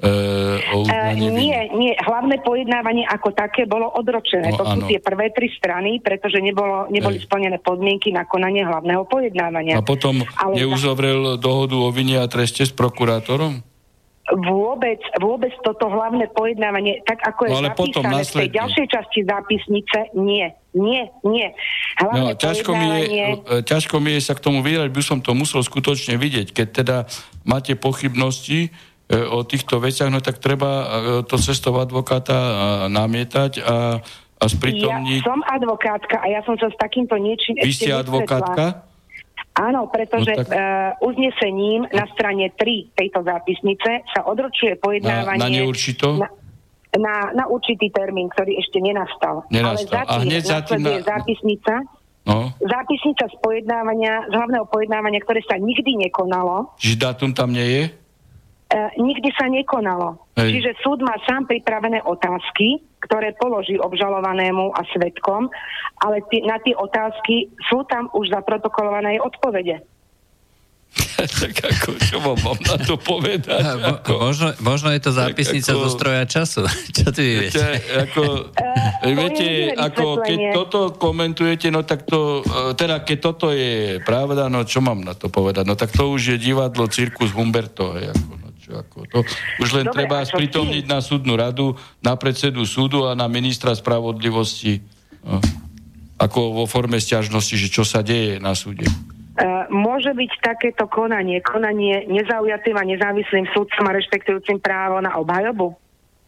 Nie, hlavné pojednávanie ako také bolo odročené. To sú tie prvé 3 strany, pretože neboli splnené podmienky na konanie hlavného pojednávania. A potom neuzavrel dohodu o vine a treste s prokurátorom? Vôbec toto hlavné pojednávanie, tak ako je zapísané v tej ďalšej časti zápisnice, nie. Hlavné ťažko mi je sa k tomu vyjadriť, by som to musel skutočne vidieť. Keď teda máte pochybnosti o týchto veciach, no tak treba to cestou advokáta namietať a sprítomniť. Ja som advokátka a ja som sa s takýmto niečím Vy ste advokátka? Áno, pretože uznesením na strane 3 tejto zápisnice sa odročuje pojednávanie na neurčito? Na určitý termín, ktorý ešte nenastal. Ale zatím nasleduje zápisnica. No. Zápisnica z hlavného pojednávania, ktoré sa nikdy nekonalo. Čiže dátum tam nie je? Nikdy sa nekonalo. Hej. Čiže súd má sám pripravené otázky, ktoré položí obžalovanému a svedkom, ale na tie otázky sú tam už zaprotokolované odpovede. Tak ako, čo mám na to povedať? Možno je to zápisnica zo stroja času. Čo ty vieš? Viete, keď toto komentujete, no tak to, teda keď toto je pravda, no čo mám na to povedať? No tak to už je divadlo Cirkus Humberto, to už len treba sprítomniť na súdnu radu, na predsedu súdu a na ministra spravodlivosti, ako vo forme sťažnosti, že čo sa deje na súde. Môže byť takéto konanie nezaujatým a nezávislým súdcom a rešpektujúcim právo na obhajobu?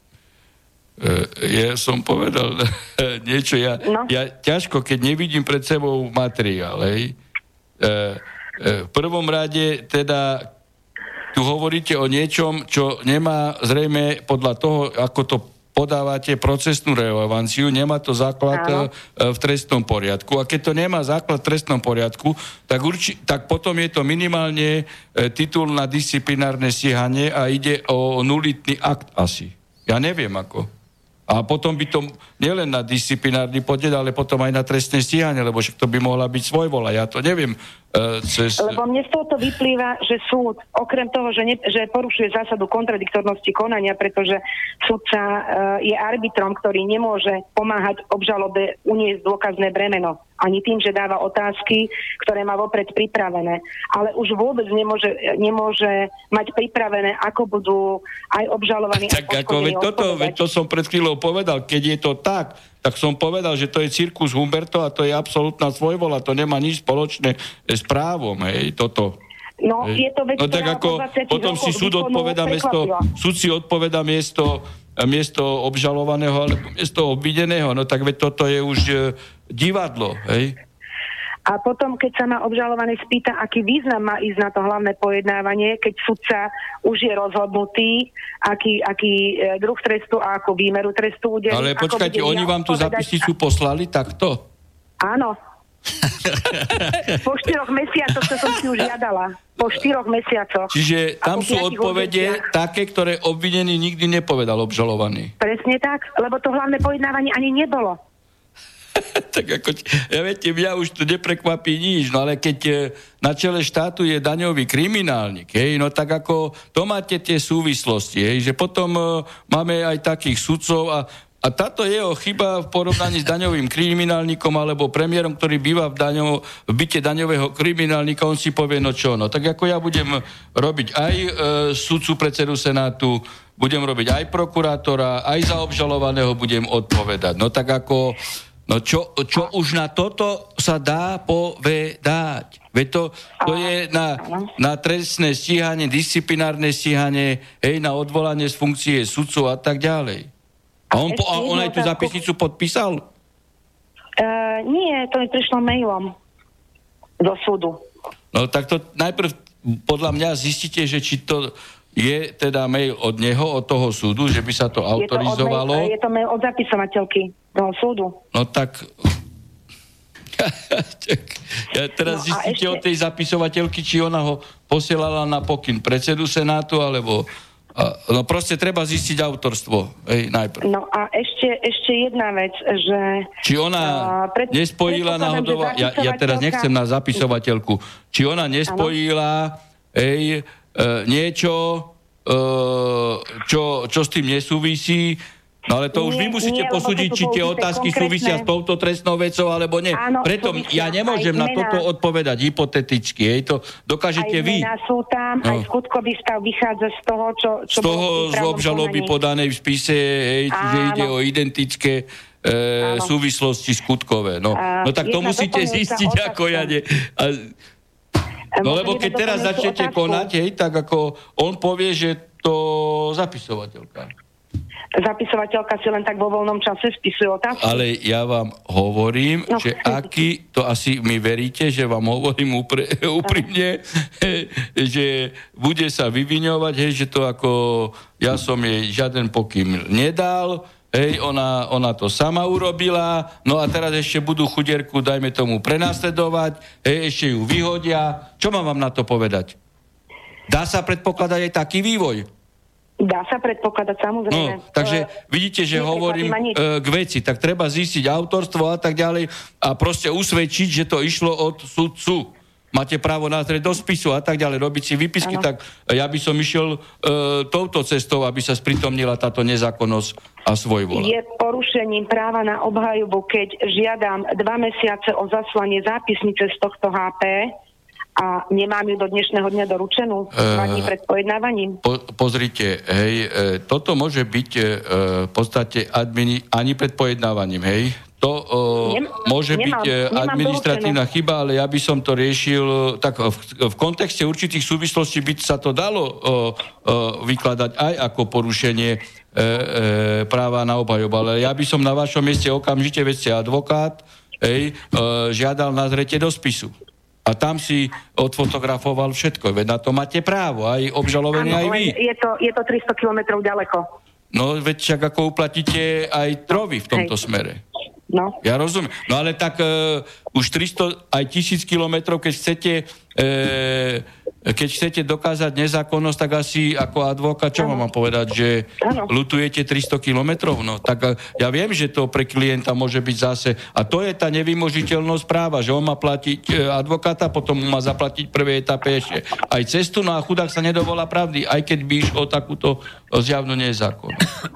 Ja som povedal niečo, ja ťažko, keď nevidím pred sebou materiál, v prvom rade teda tu hovoríte o niečom, čo nemá zrejme podľa toho, ako to podávate procesnú relevanciu, nemá to základ v trestnom poriadku. A keď to nemá základ v trestnom poriadku, tak potom je to minimálne titul na disciplinárne stíhanie a ide o nulitný akt asi. Ja neviem ako. A potom by to nielen na disciplinárny podiel, ale potom aj na trestné stíhanie, lebo však to by mohla byť svojvola. Ja to neviem. Lebo mne z tohoto vyplýva, že súd, okrem toho, že porušuje zásadu kontradiktornosti konania, pretože súdca je arbitrom, ktorý nemôže pomáhať obžalobe uniesť dôkazné bremeno. Ani tým, že dáva otázky, ktoré má vopred pripravené. Ale už vôbec nemôže mať pripravené, ako budú aj obžalovaní. Tak ako to som pred chvíľou povedal, keď je to tak som povedal, že to je Cirkus Humberto a to je absolútna svojvola, to nemá nič spoločné s právom, toto. No, je to vec, tak ako potom si súd odpoveda miesto miesto obžalovaného alebo miesto obvineného. No tak veď toto je už divadlo, hej? A potom, keď sa ma obžalovaný spýta, aký význam má ísť na to hlavné pojednávanie, keď sudca už je rozhodnutý, aký druh trestu a akú výmeru trestu udelí. Ale počkajte, oni vám tú zapisnicu poslali takto? Áno. Po 4 mesiacoch, čo som si už žiadala. Po 4 mesiacoch. Čiže tam sú odpovede také, ktoré obvinený nikdy nepovedal obžalovaný. Presne tak, lebo to hlavné pojednávanie ani nebolo. Tak ako, ja viete, mňa už tu neprekvapí nič, no ale keď na čele štátu je daňový kriminálnik, hej, no tak ako to máte tie súvislosti, hej, že potom máme aj takých sudcov a táto jeho chyba v porovnaní s daňovým kriminálnikom alebo premiérom, ktorý býva v byte daňového kriminálnika, on si povie, no čo, no tak ako ja budem robiť aj sudcu predsedu Senátu, budem robiť aj prokurátora, aj za obžalovaného budem odpovedať. No tak ako no čo už na toto sa dá povedať? Veď to je na trestné stíhanie, disciplinárne stíhanie, hej, na odvolanie z funkcie sudcov a tak ďalej. A on aj tú zapisnicu podpísal? Nie, to mi prišlo mailom do súdu. No tak to najprv podľa mňa zistíte, že či to je teda mail od neho, od toho súdu, že by sa to autorizovalo. Je to mail od zapisovateľky toho súdu. No tak ja teraz zistíte od tej zapisovateľky, či ona ho posielala na pokyn predsedu Senátu, alebo no proste treba zistiť autorstvo, najprv. No a ešte jedna vec, že či ona nespojila náhodou, ja teraz nechcem na zapisovateľku, či ona nespojila niečo, čo s tým nesúvisí. No ale to už vy musíte posúdiť, či tie otázky súvisia s touto trestnou vecou, alebo nie. Áno, preto ja nemôžem na toto odpovedať hypoteticky. To dokážete vy. Aj sú tam, aj skutkový stav vychádza z toho, čo z toho z obžaloby podanej v spise, čiže ide o identické súvislosti skutkové. No tak to musíte zistiť, ako ja nie. No lebo keď teraz začnete konať, tak ako on povie, že to zapisovateľka. Zapisovateľka si len tak vo voľnom čase spisuje otázky. Ale ja vám hovorím, že aký, to asi mi veríte, že vám hovorím úprimne, že bude sa vyviňovať, že to ako ja som jej žiaden pokyn nedal, ona to sama urobila, no a teraz ešte budú chudierku, dajme tomu, prenasledovať, ešte ju vyhodia. Čo mám vám na to povedať? Dá sa predpokladať aj taký vývoj? Dá sa predpokladať, samozrejme. No, takže vidíte, že hovorím k veci, tak treba zistiť autorstvo a tak ďalej a proste usvedčiť, že to išlo od sudcu. Máte právo nazrieť do spisu a tak ďalej, robiť si výpisky, tak ja by som išiel touto cestou, aby sa sprítomnila táto nezákonnosť a svojvoľa. Je porušením práva na obhajobu, keď žiadam 2 mesiace o zaslanie zápisnice z tohto HP a nemám ju do dnešného dňa doručenú 2 dní pred pojednávaním. Pozrite, toto môže byť v podstate ani pred pojednávaním, To môže byť administratívna chyba, ale ja by som to riešil tak v kontexte určitých súvislostí by sa to dalo vykladať aj ako porušenie práva na obhajobu, ale ja by som na vašom mieste okamžite, veď ste advokát, žiadal nazretie do spisu. A tam si odfotografoval všetko. Veď na to máte právo, aj obžalovaní, aj vy. Je to 300 kilometrov ďaleko. No, veď však ako uplatíte aj trovy v tomto smere. No. Ja rozumiem. No ale tak už 300, aj 1000 kilometrov, keď chcete dokázať nezákonnosť, tak asi ako advokát, čo mám povedať, že ľutujete 300 kilometrov? No tak ja viem, že to pre klienta môže byť zase, a to je tá nevymožiteľnosť práva, že on má platiť advokáta, potom má zaplatiť prvej etape ešte aj cestu, no a chudák sa nedovolá pravdy, aj keď by išlo o takúto zjavnú nezákonnosť.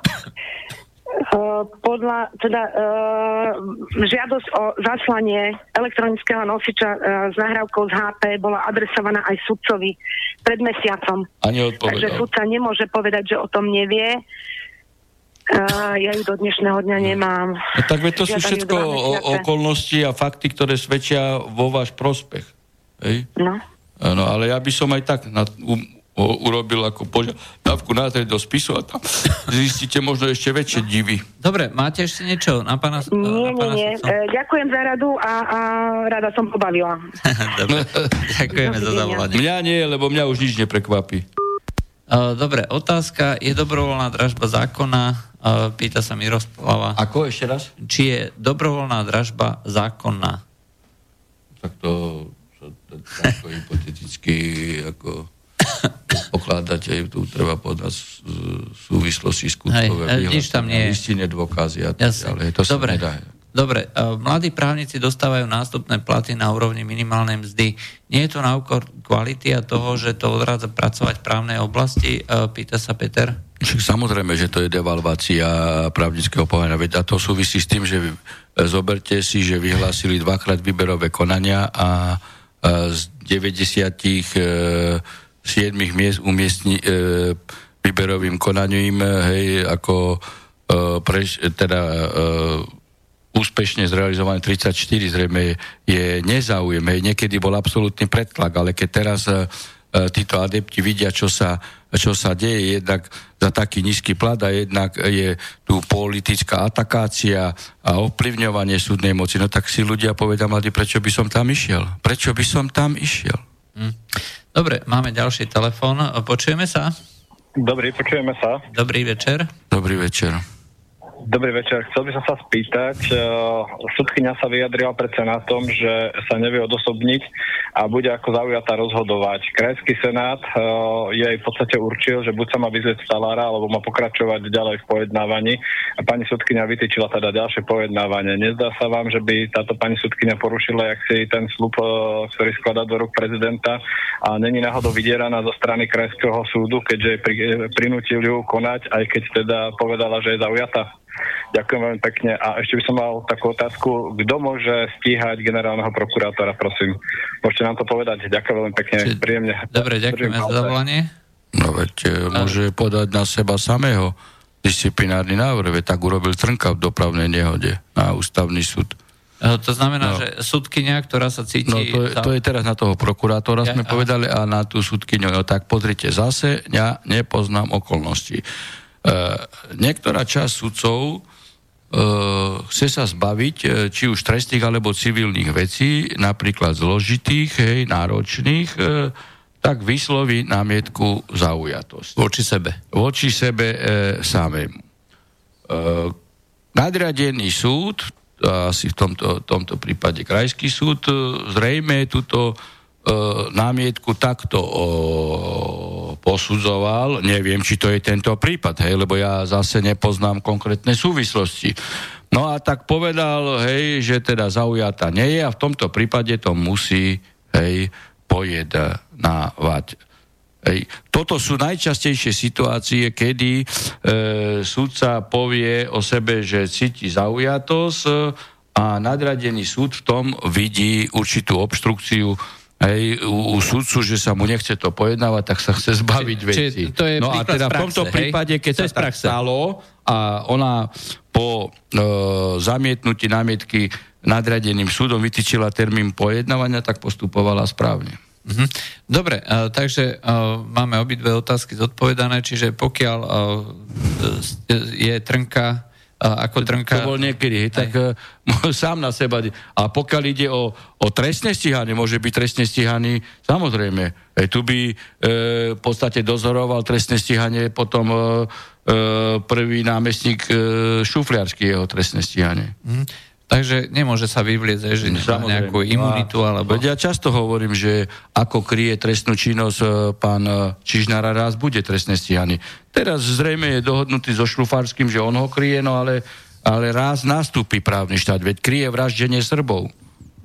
Žiadosť o zaslanie elektronického nosiča s nahrávkou z HP bola adresovaná aj sudcovi pred mesiacom. A neodpovedal. Takže sudca nemôže povedať, že o tom nevie. Ja ju do dnešného dňa nemám. No, tak to sú všetko okolnosti a fakty, ktoré svedčia vo váš prospech. Hej? No. No, ale ja by som aj tak urobil ako požiadavku na do spisu a tam zistíte možno ešte väčšie divy. Dobre, máte ešte niečo na pána? Nie. Ďakujem za radu a rada som pobavila. Dobre, ďakujeme za zavolanie. Mňa nie, lebo mňa už nič neprekvapí. Dobre, otázka, je dobrovoľná dražba zákona? Pýta sa Miroslava. Ako ešte raz? Či je dobrovoľná dražba zákonná? Tak to ako hypoteticky ako pokladať, tu treba podať súvislosti skutkové vyhlásenia, listine, dôkazy a tak ďalej. To sa nedá. Dobre, mladí právnici dostávajú nástupné platy na úrovni minimálnej mzdy. Nie je to na úkor kvality a toho, že to odrádza pracovať v právnej oblasti? Pýta sa Peter. Samozrejme, že to je devalvácia právnického povolania. Veď a to súvisí s tým, že zoberte si, že vyhlásili 2-krát výberové konania a z 97 miest umiestni výberovým konaním, hej, ako úspešne zrealizované 34, zrejme je nezáujem. Hej. Niekedy bol absolútny predtlak, ale keď teraz títo adepti vidia, čo sa deje, jednak za taký nízky plat a jednak je tu politická atakácia a ovplyvňovanie súdnej moci, no tak si ľudia povedia, mladí, prečo by som tam išiel? Dobre, máme ďalší telefón. Počujeme sa? Počujeme sa. Dobrý večer. Dobrý večer. Dobrý večer. Chcel by som sa spýtať, sudkyňa sa vyjadrila pred senátom, že sa nevie odosobniť a bude ako zaujatá rozhodovať. Krajský senát jej v podstate určil, že buď sa má vyzvieť stalára, alebo má pokračovať ďalej v pojednávaní a pani sudkyňa vytýčila teda ďalšie pojednávanie. Nezdá sa vám, že by táto pani sudkyňa porušila jaksi ten sľub, ktorý skladá do rúk prezidenta a není náhodou vydieraná zo strany krajského súdu, keďže prinútil ju konať, aj keď teda povedala, že je zaujatá? Ďakujem veľmi pekne. A ešte by som mal takú otázku, kto môže stíhať generálneho prokurátora, prosím. Môžete nám to povedať? Ďakujem veľmi pekne. Príjemne. Dobre, ďakujeme za zavolanie. No veď môže podať na seba samého disciplinárny návrh, tak urobil Trnka v dopravnej nehode na ústavný súd. To znamená, že sudkyňa, ktorá sa cíti... No to je teraz na toho prokurátora, sme povedali, a na tú sudkyňu. No tak pozrite, zase ja nepoznám okolnosti. Niektorá časť sudcov chce sa zbaviť či už trestných alebo civilných vecí, napríklad zložitých, náročných, tak vysloví námietku zaujatosť. Voči sebe samému. Nadriadený súd, asi v tomto prípade krajský súd, zrejme túto námietku takto posudzoval. Neviem, či to je tento prípad, lebo ja zase nepoznám konkrétne súvislosti. No a tak povedal, že teda zaujatá nie je a v tomto prípade to musí, pojednávať. Toto sú najčastejšie situácie, kedy sudca povie o sebe, že cíti zaujatosť a nadradený súd v tom vidí určitú obštrukciu u sudcu, že sa mu nechce to pojednávať, tak sa chce zbaviť veci. No a teda v tomto prípade, keď sa tak stalo a ona po zamietnutí námietky nadradeným súdom vytýčila termín pojednávania, tak postupovala správne. Dobre, takže máme obidve otázky zodpovedané, čiže pokiaľ je Trnka ako Trnka... To bol niekedy, tak sám na seba. A pokiaľ ide o trestné stíhanie, môže byť trestné stíhaný, samozrejme. Tu by v podstate dozoroval trestné stíhanie potom prvý námestník Šufliarsky, jeho trestné stíhanie. Takže nemôže sa vyvliecť, že nemá nejakú imunitu, alebo... Ja často hovorím, že ako kryje trestnú činnosť pán Čižnár, raz bude trestne stíhaný. Teraz zrejme je dohodnutý so Šlufárskym, že on ho kryje, no ale raz nastúpi právny štát, veď kryje vraždenie Srbov.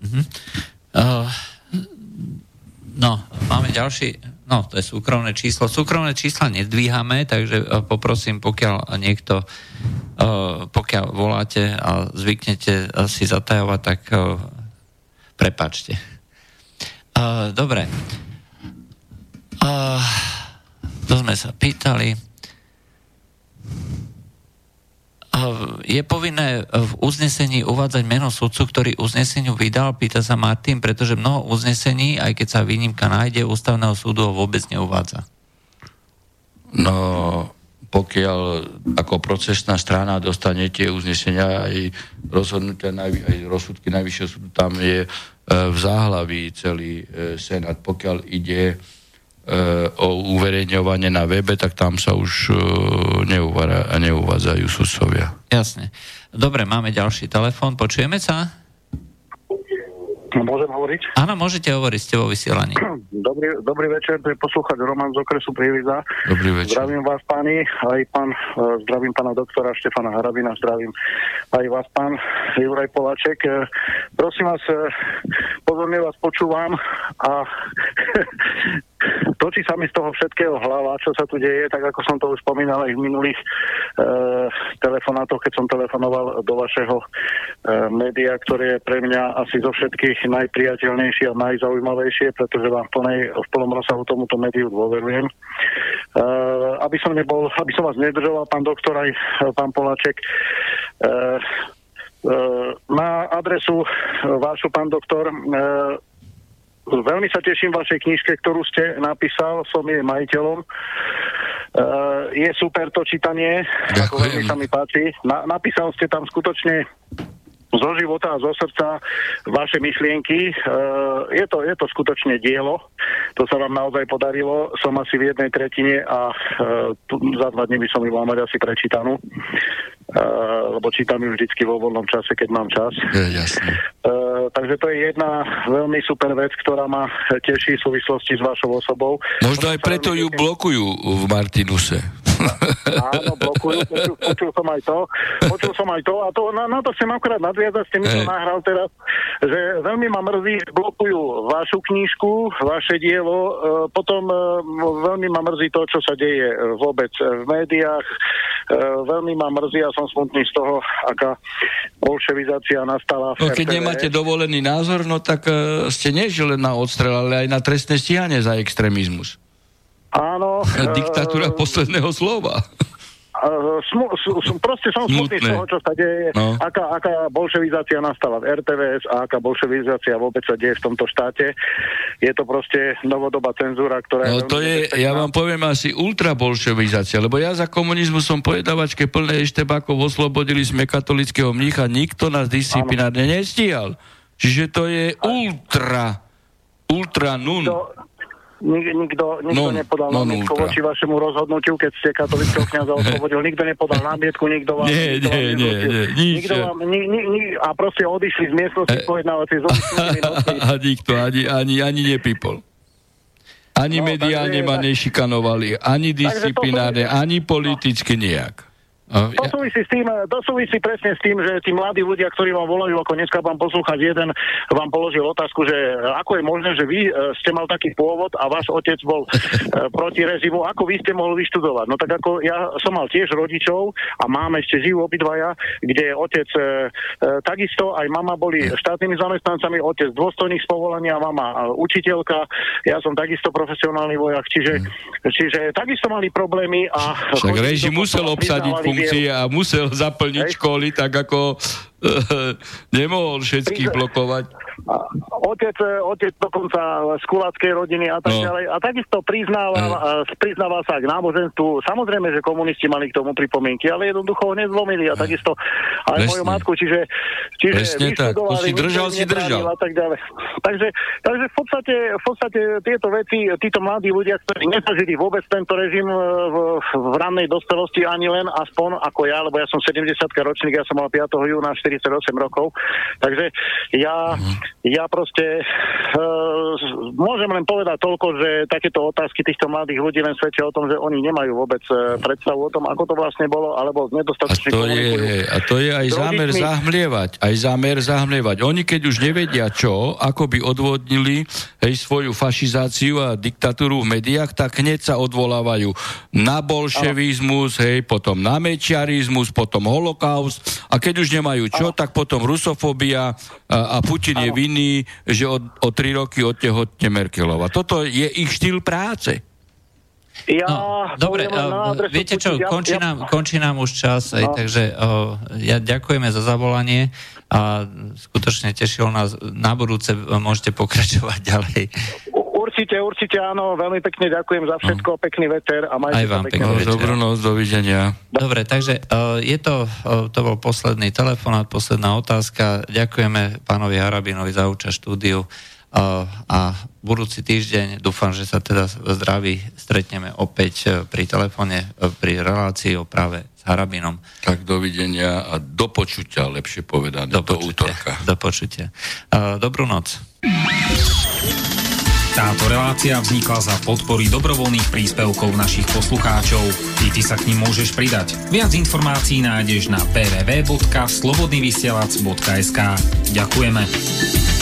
Máme ďalší... to je súkromné číslo. Súkromné čísla nedvíhame, takže poprosím, pokiaľ niekto pokiaľ voláte a zvyknete si zatajovať, tak prepáčte. Dobre. To sme sa pýtali. Je povinné v uznesení uvádzať meno sudcu, ktorý uzneseniu vydal, pýta sa Martin, pretože mnoho uznesení, aj keď sa výnimka nájde, ústavného súdu ho vôbec neuvádza. No, pokiaľ ako procesná strana dostanete uznesenia aj rozhodnutia, aj rozsudky Najvyššieho súdu, tam je v záhlaví celý Senát. Pokiaľ ide o uverejňovanie na webe, tak tam sa už neuvádzajú sudcovia. Jasne. Dobre, máme ďalší telefón. Počujeme sa? Môžem hovoriť? Áno, môžete hovoriť, ste vo vysielaní. Dobrý večer, to je poslúchať Roman z okresu Prievidza. Dobrý večer. Zdravím vás, páni, zdravím pána doktora Štefana Harabina, zdravím aj vás, pán Juraj Poláček. Prosím vás, pozorne vás počúvam a točí sa mi z toho všetkého hlava, čo sa tu deje, tak ako som to už spomínal aj v minulých telefonátoch, keď som telefonoval do vašeho média, ktoré je pre mňa asi zo všetkých najpriateľnejšie a najzaujímavejšie, pretože vám v plnom rozsahu tomuto médiu dôverujem. Aby som vás nedržoval, pán doktor, aj pán Poláček, na adresu vášu, pán doktor, veľmi sa teším vašej knižke, ktorú ste napísal, som jej majiteľom. Je super to čítanie, ako veľmi sa mi páči. Napísal ste tam skutočne zo života a zo srdca vaše myšlienky. Je to skutočne dielo. To sa vám naozaj podarilo. Som asi v 1/3 a za 2 dní by som ju mal mať asi prečítanú. Lebo čítam ju vždycky vo voľnom čase, keď mám čas. Jasne. Takže to je jedna veľmi super vec, ktorá ma teší v súvislosti s vašou osobou. Možno aj preto ju blokujú v Martinuse. Áno, blokujú, počul som aj to a to, na to chcem akorát nadviazať, ste mi to nahral teraz, že veľmi ma mrzí, blokujú vašu knižku, vaše dielo, potom veľmi ma mrzí to, čo sa deje vôbec v médiách, veľmi ma mrzí a som smutný z toho, aká bolševizácia nastala v keď nemáte dovolený názor, no tak ste nežili len na odstrel, ale aj na trestné stíhanie za extrémizmus. Áno. Diktatúra posledného slova. Proste som smutný z toho, čo sa deje, aká bolševizácia nastala v RTVS a aká bolševizácia vôbec sa deje v tomto štáte. Je to proste novodobá cenzúra, ktorá je... to je, ja vám poviem asi ultrabolševizácia, lebo ja za komunizmu som pojedavačke plné eštebákov, oslobodili sme katolického mnícha, nikto nás disciplinárne nestíhal. Čiže to je ultra nun. Nikto nepodal námietku voči vašemu rozhodnutiu, keď ste katolického kňaza oslobodil. Nikto nepodal námietku, nikto vám... Nie. A proste odišli z miestnosti pojednávacie A nikto ani nepipol. Ani mediálne ma nešikanovali, ani disciplinárne, ani politicky nejak. To súvisí presne s tým, že tí mladí ľudia, ktorí vám volajú, ako dneska pán poslúchač jeden vám položil otázku, že ako je možné, že vy ste mal taký pôvod a váš otec bol proti režimu, ako vy ste mohli vyštudovať. No tak ako ja som mal tiež rodičov a mám ešte žijú obidvaja, kde otec takisto, aj mama boli štátnymi zamestnancami, otec dôstojných z povolania, mama učiteľka, ja som takisto profesionálny vojak, čiže takisto mali problémy a... Však režim musel obsadiť funkcie a musel zaplniť školy, tak ako nemohol všetkých blokovať. Otec dokonca z kuláckej rodiny a tak ďalej. A takisto priznával sa k náboženstvu. Samozrejme, že komunisti mali k tomu pripomienky, ale jednoducho ho nezlomili a takisto aj moju matku. Čiže vyštudovali, si držal. A tak ďalej. Takže v podstate tieto veci, títo mladí ľudia, ktorí nezažili vôbec tento režim v rannej dospelosti ani len aspoň ako ja, lebo ja som 70-ka ročník, ja som mal 5. júna 48 rokov. Takže ja proste môžem len povedať toľko, že takéto otázky týchto mladých ľudí len svedčia o tom, že oni nemajú vôbec predstavu o tom, ako to vlastne bolo, alebo nedostatočne komunikujú. A to je aj zámer zahmlievať. Oni keď už nevedia ako by odvodnili svoju fašizáciu a diktatúru v médiách, tak hneď sa odvolávajú na bolševizmus, potom na mečiarizmus, potom holokaust a keď už nemajú tak potom rusofóbia a Putin je vinný, že o 3 roky odtehotne Merkelová. Toto je ich štýl práce. Dobre, viete čo, končí nám už čas, takže ďakujeme za zavolanie a skutočne tešilo nás, na budúce môžete pokračovať ďalej. určite áno, veľmi pekne ďakujem za všetko, pekný večer a majte sa pekne. Dobrú noc, dovidenia. Dobre, takže to bol posledný telefonát, posledná otázka. Ďakujeme pánovi Harabinovi za účasť štúdiu a budúci týždeň dúfam, že sa teda zdraví stretneme opäť pri telefóne, pri relácii o práve s Harabinom. Tak dovidenia a do počutia, lepšie povedané, do útorka. Do počutia. Dobrú noc. Táto relácia vznikla za podpory dobrovoľných príspevkov našich poslucháčov. I ty sa k nim môžeš pridať. Viac informácií nájdeš na www.slobodnyvysielac.sk. Ďakujeme.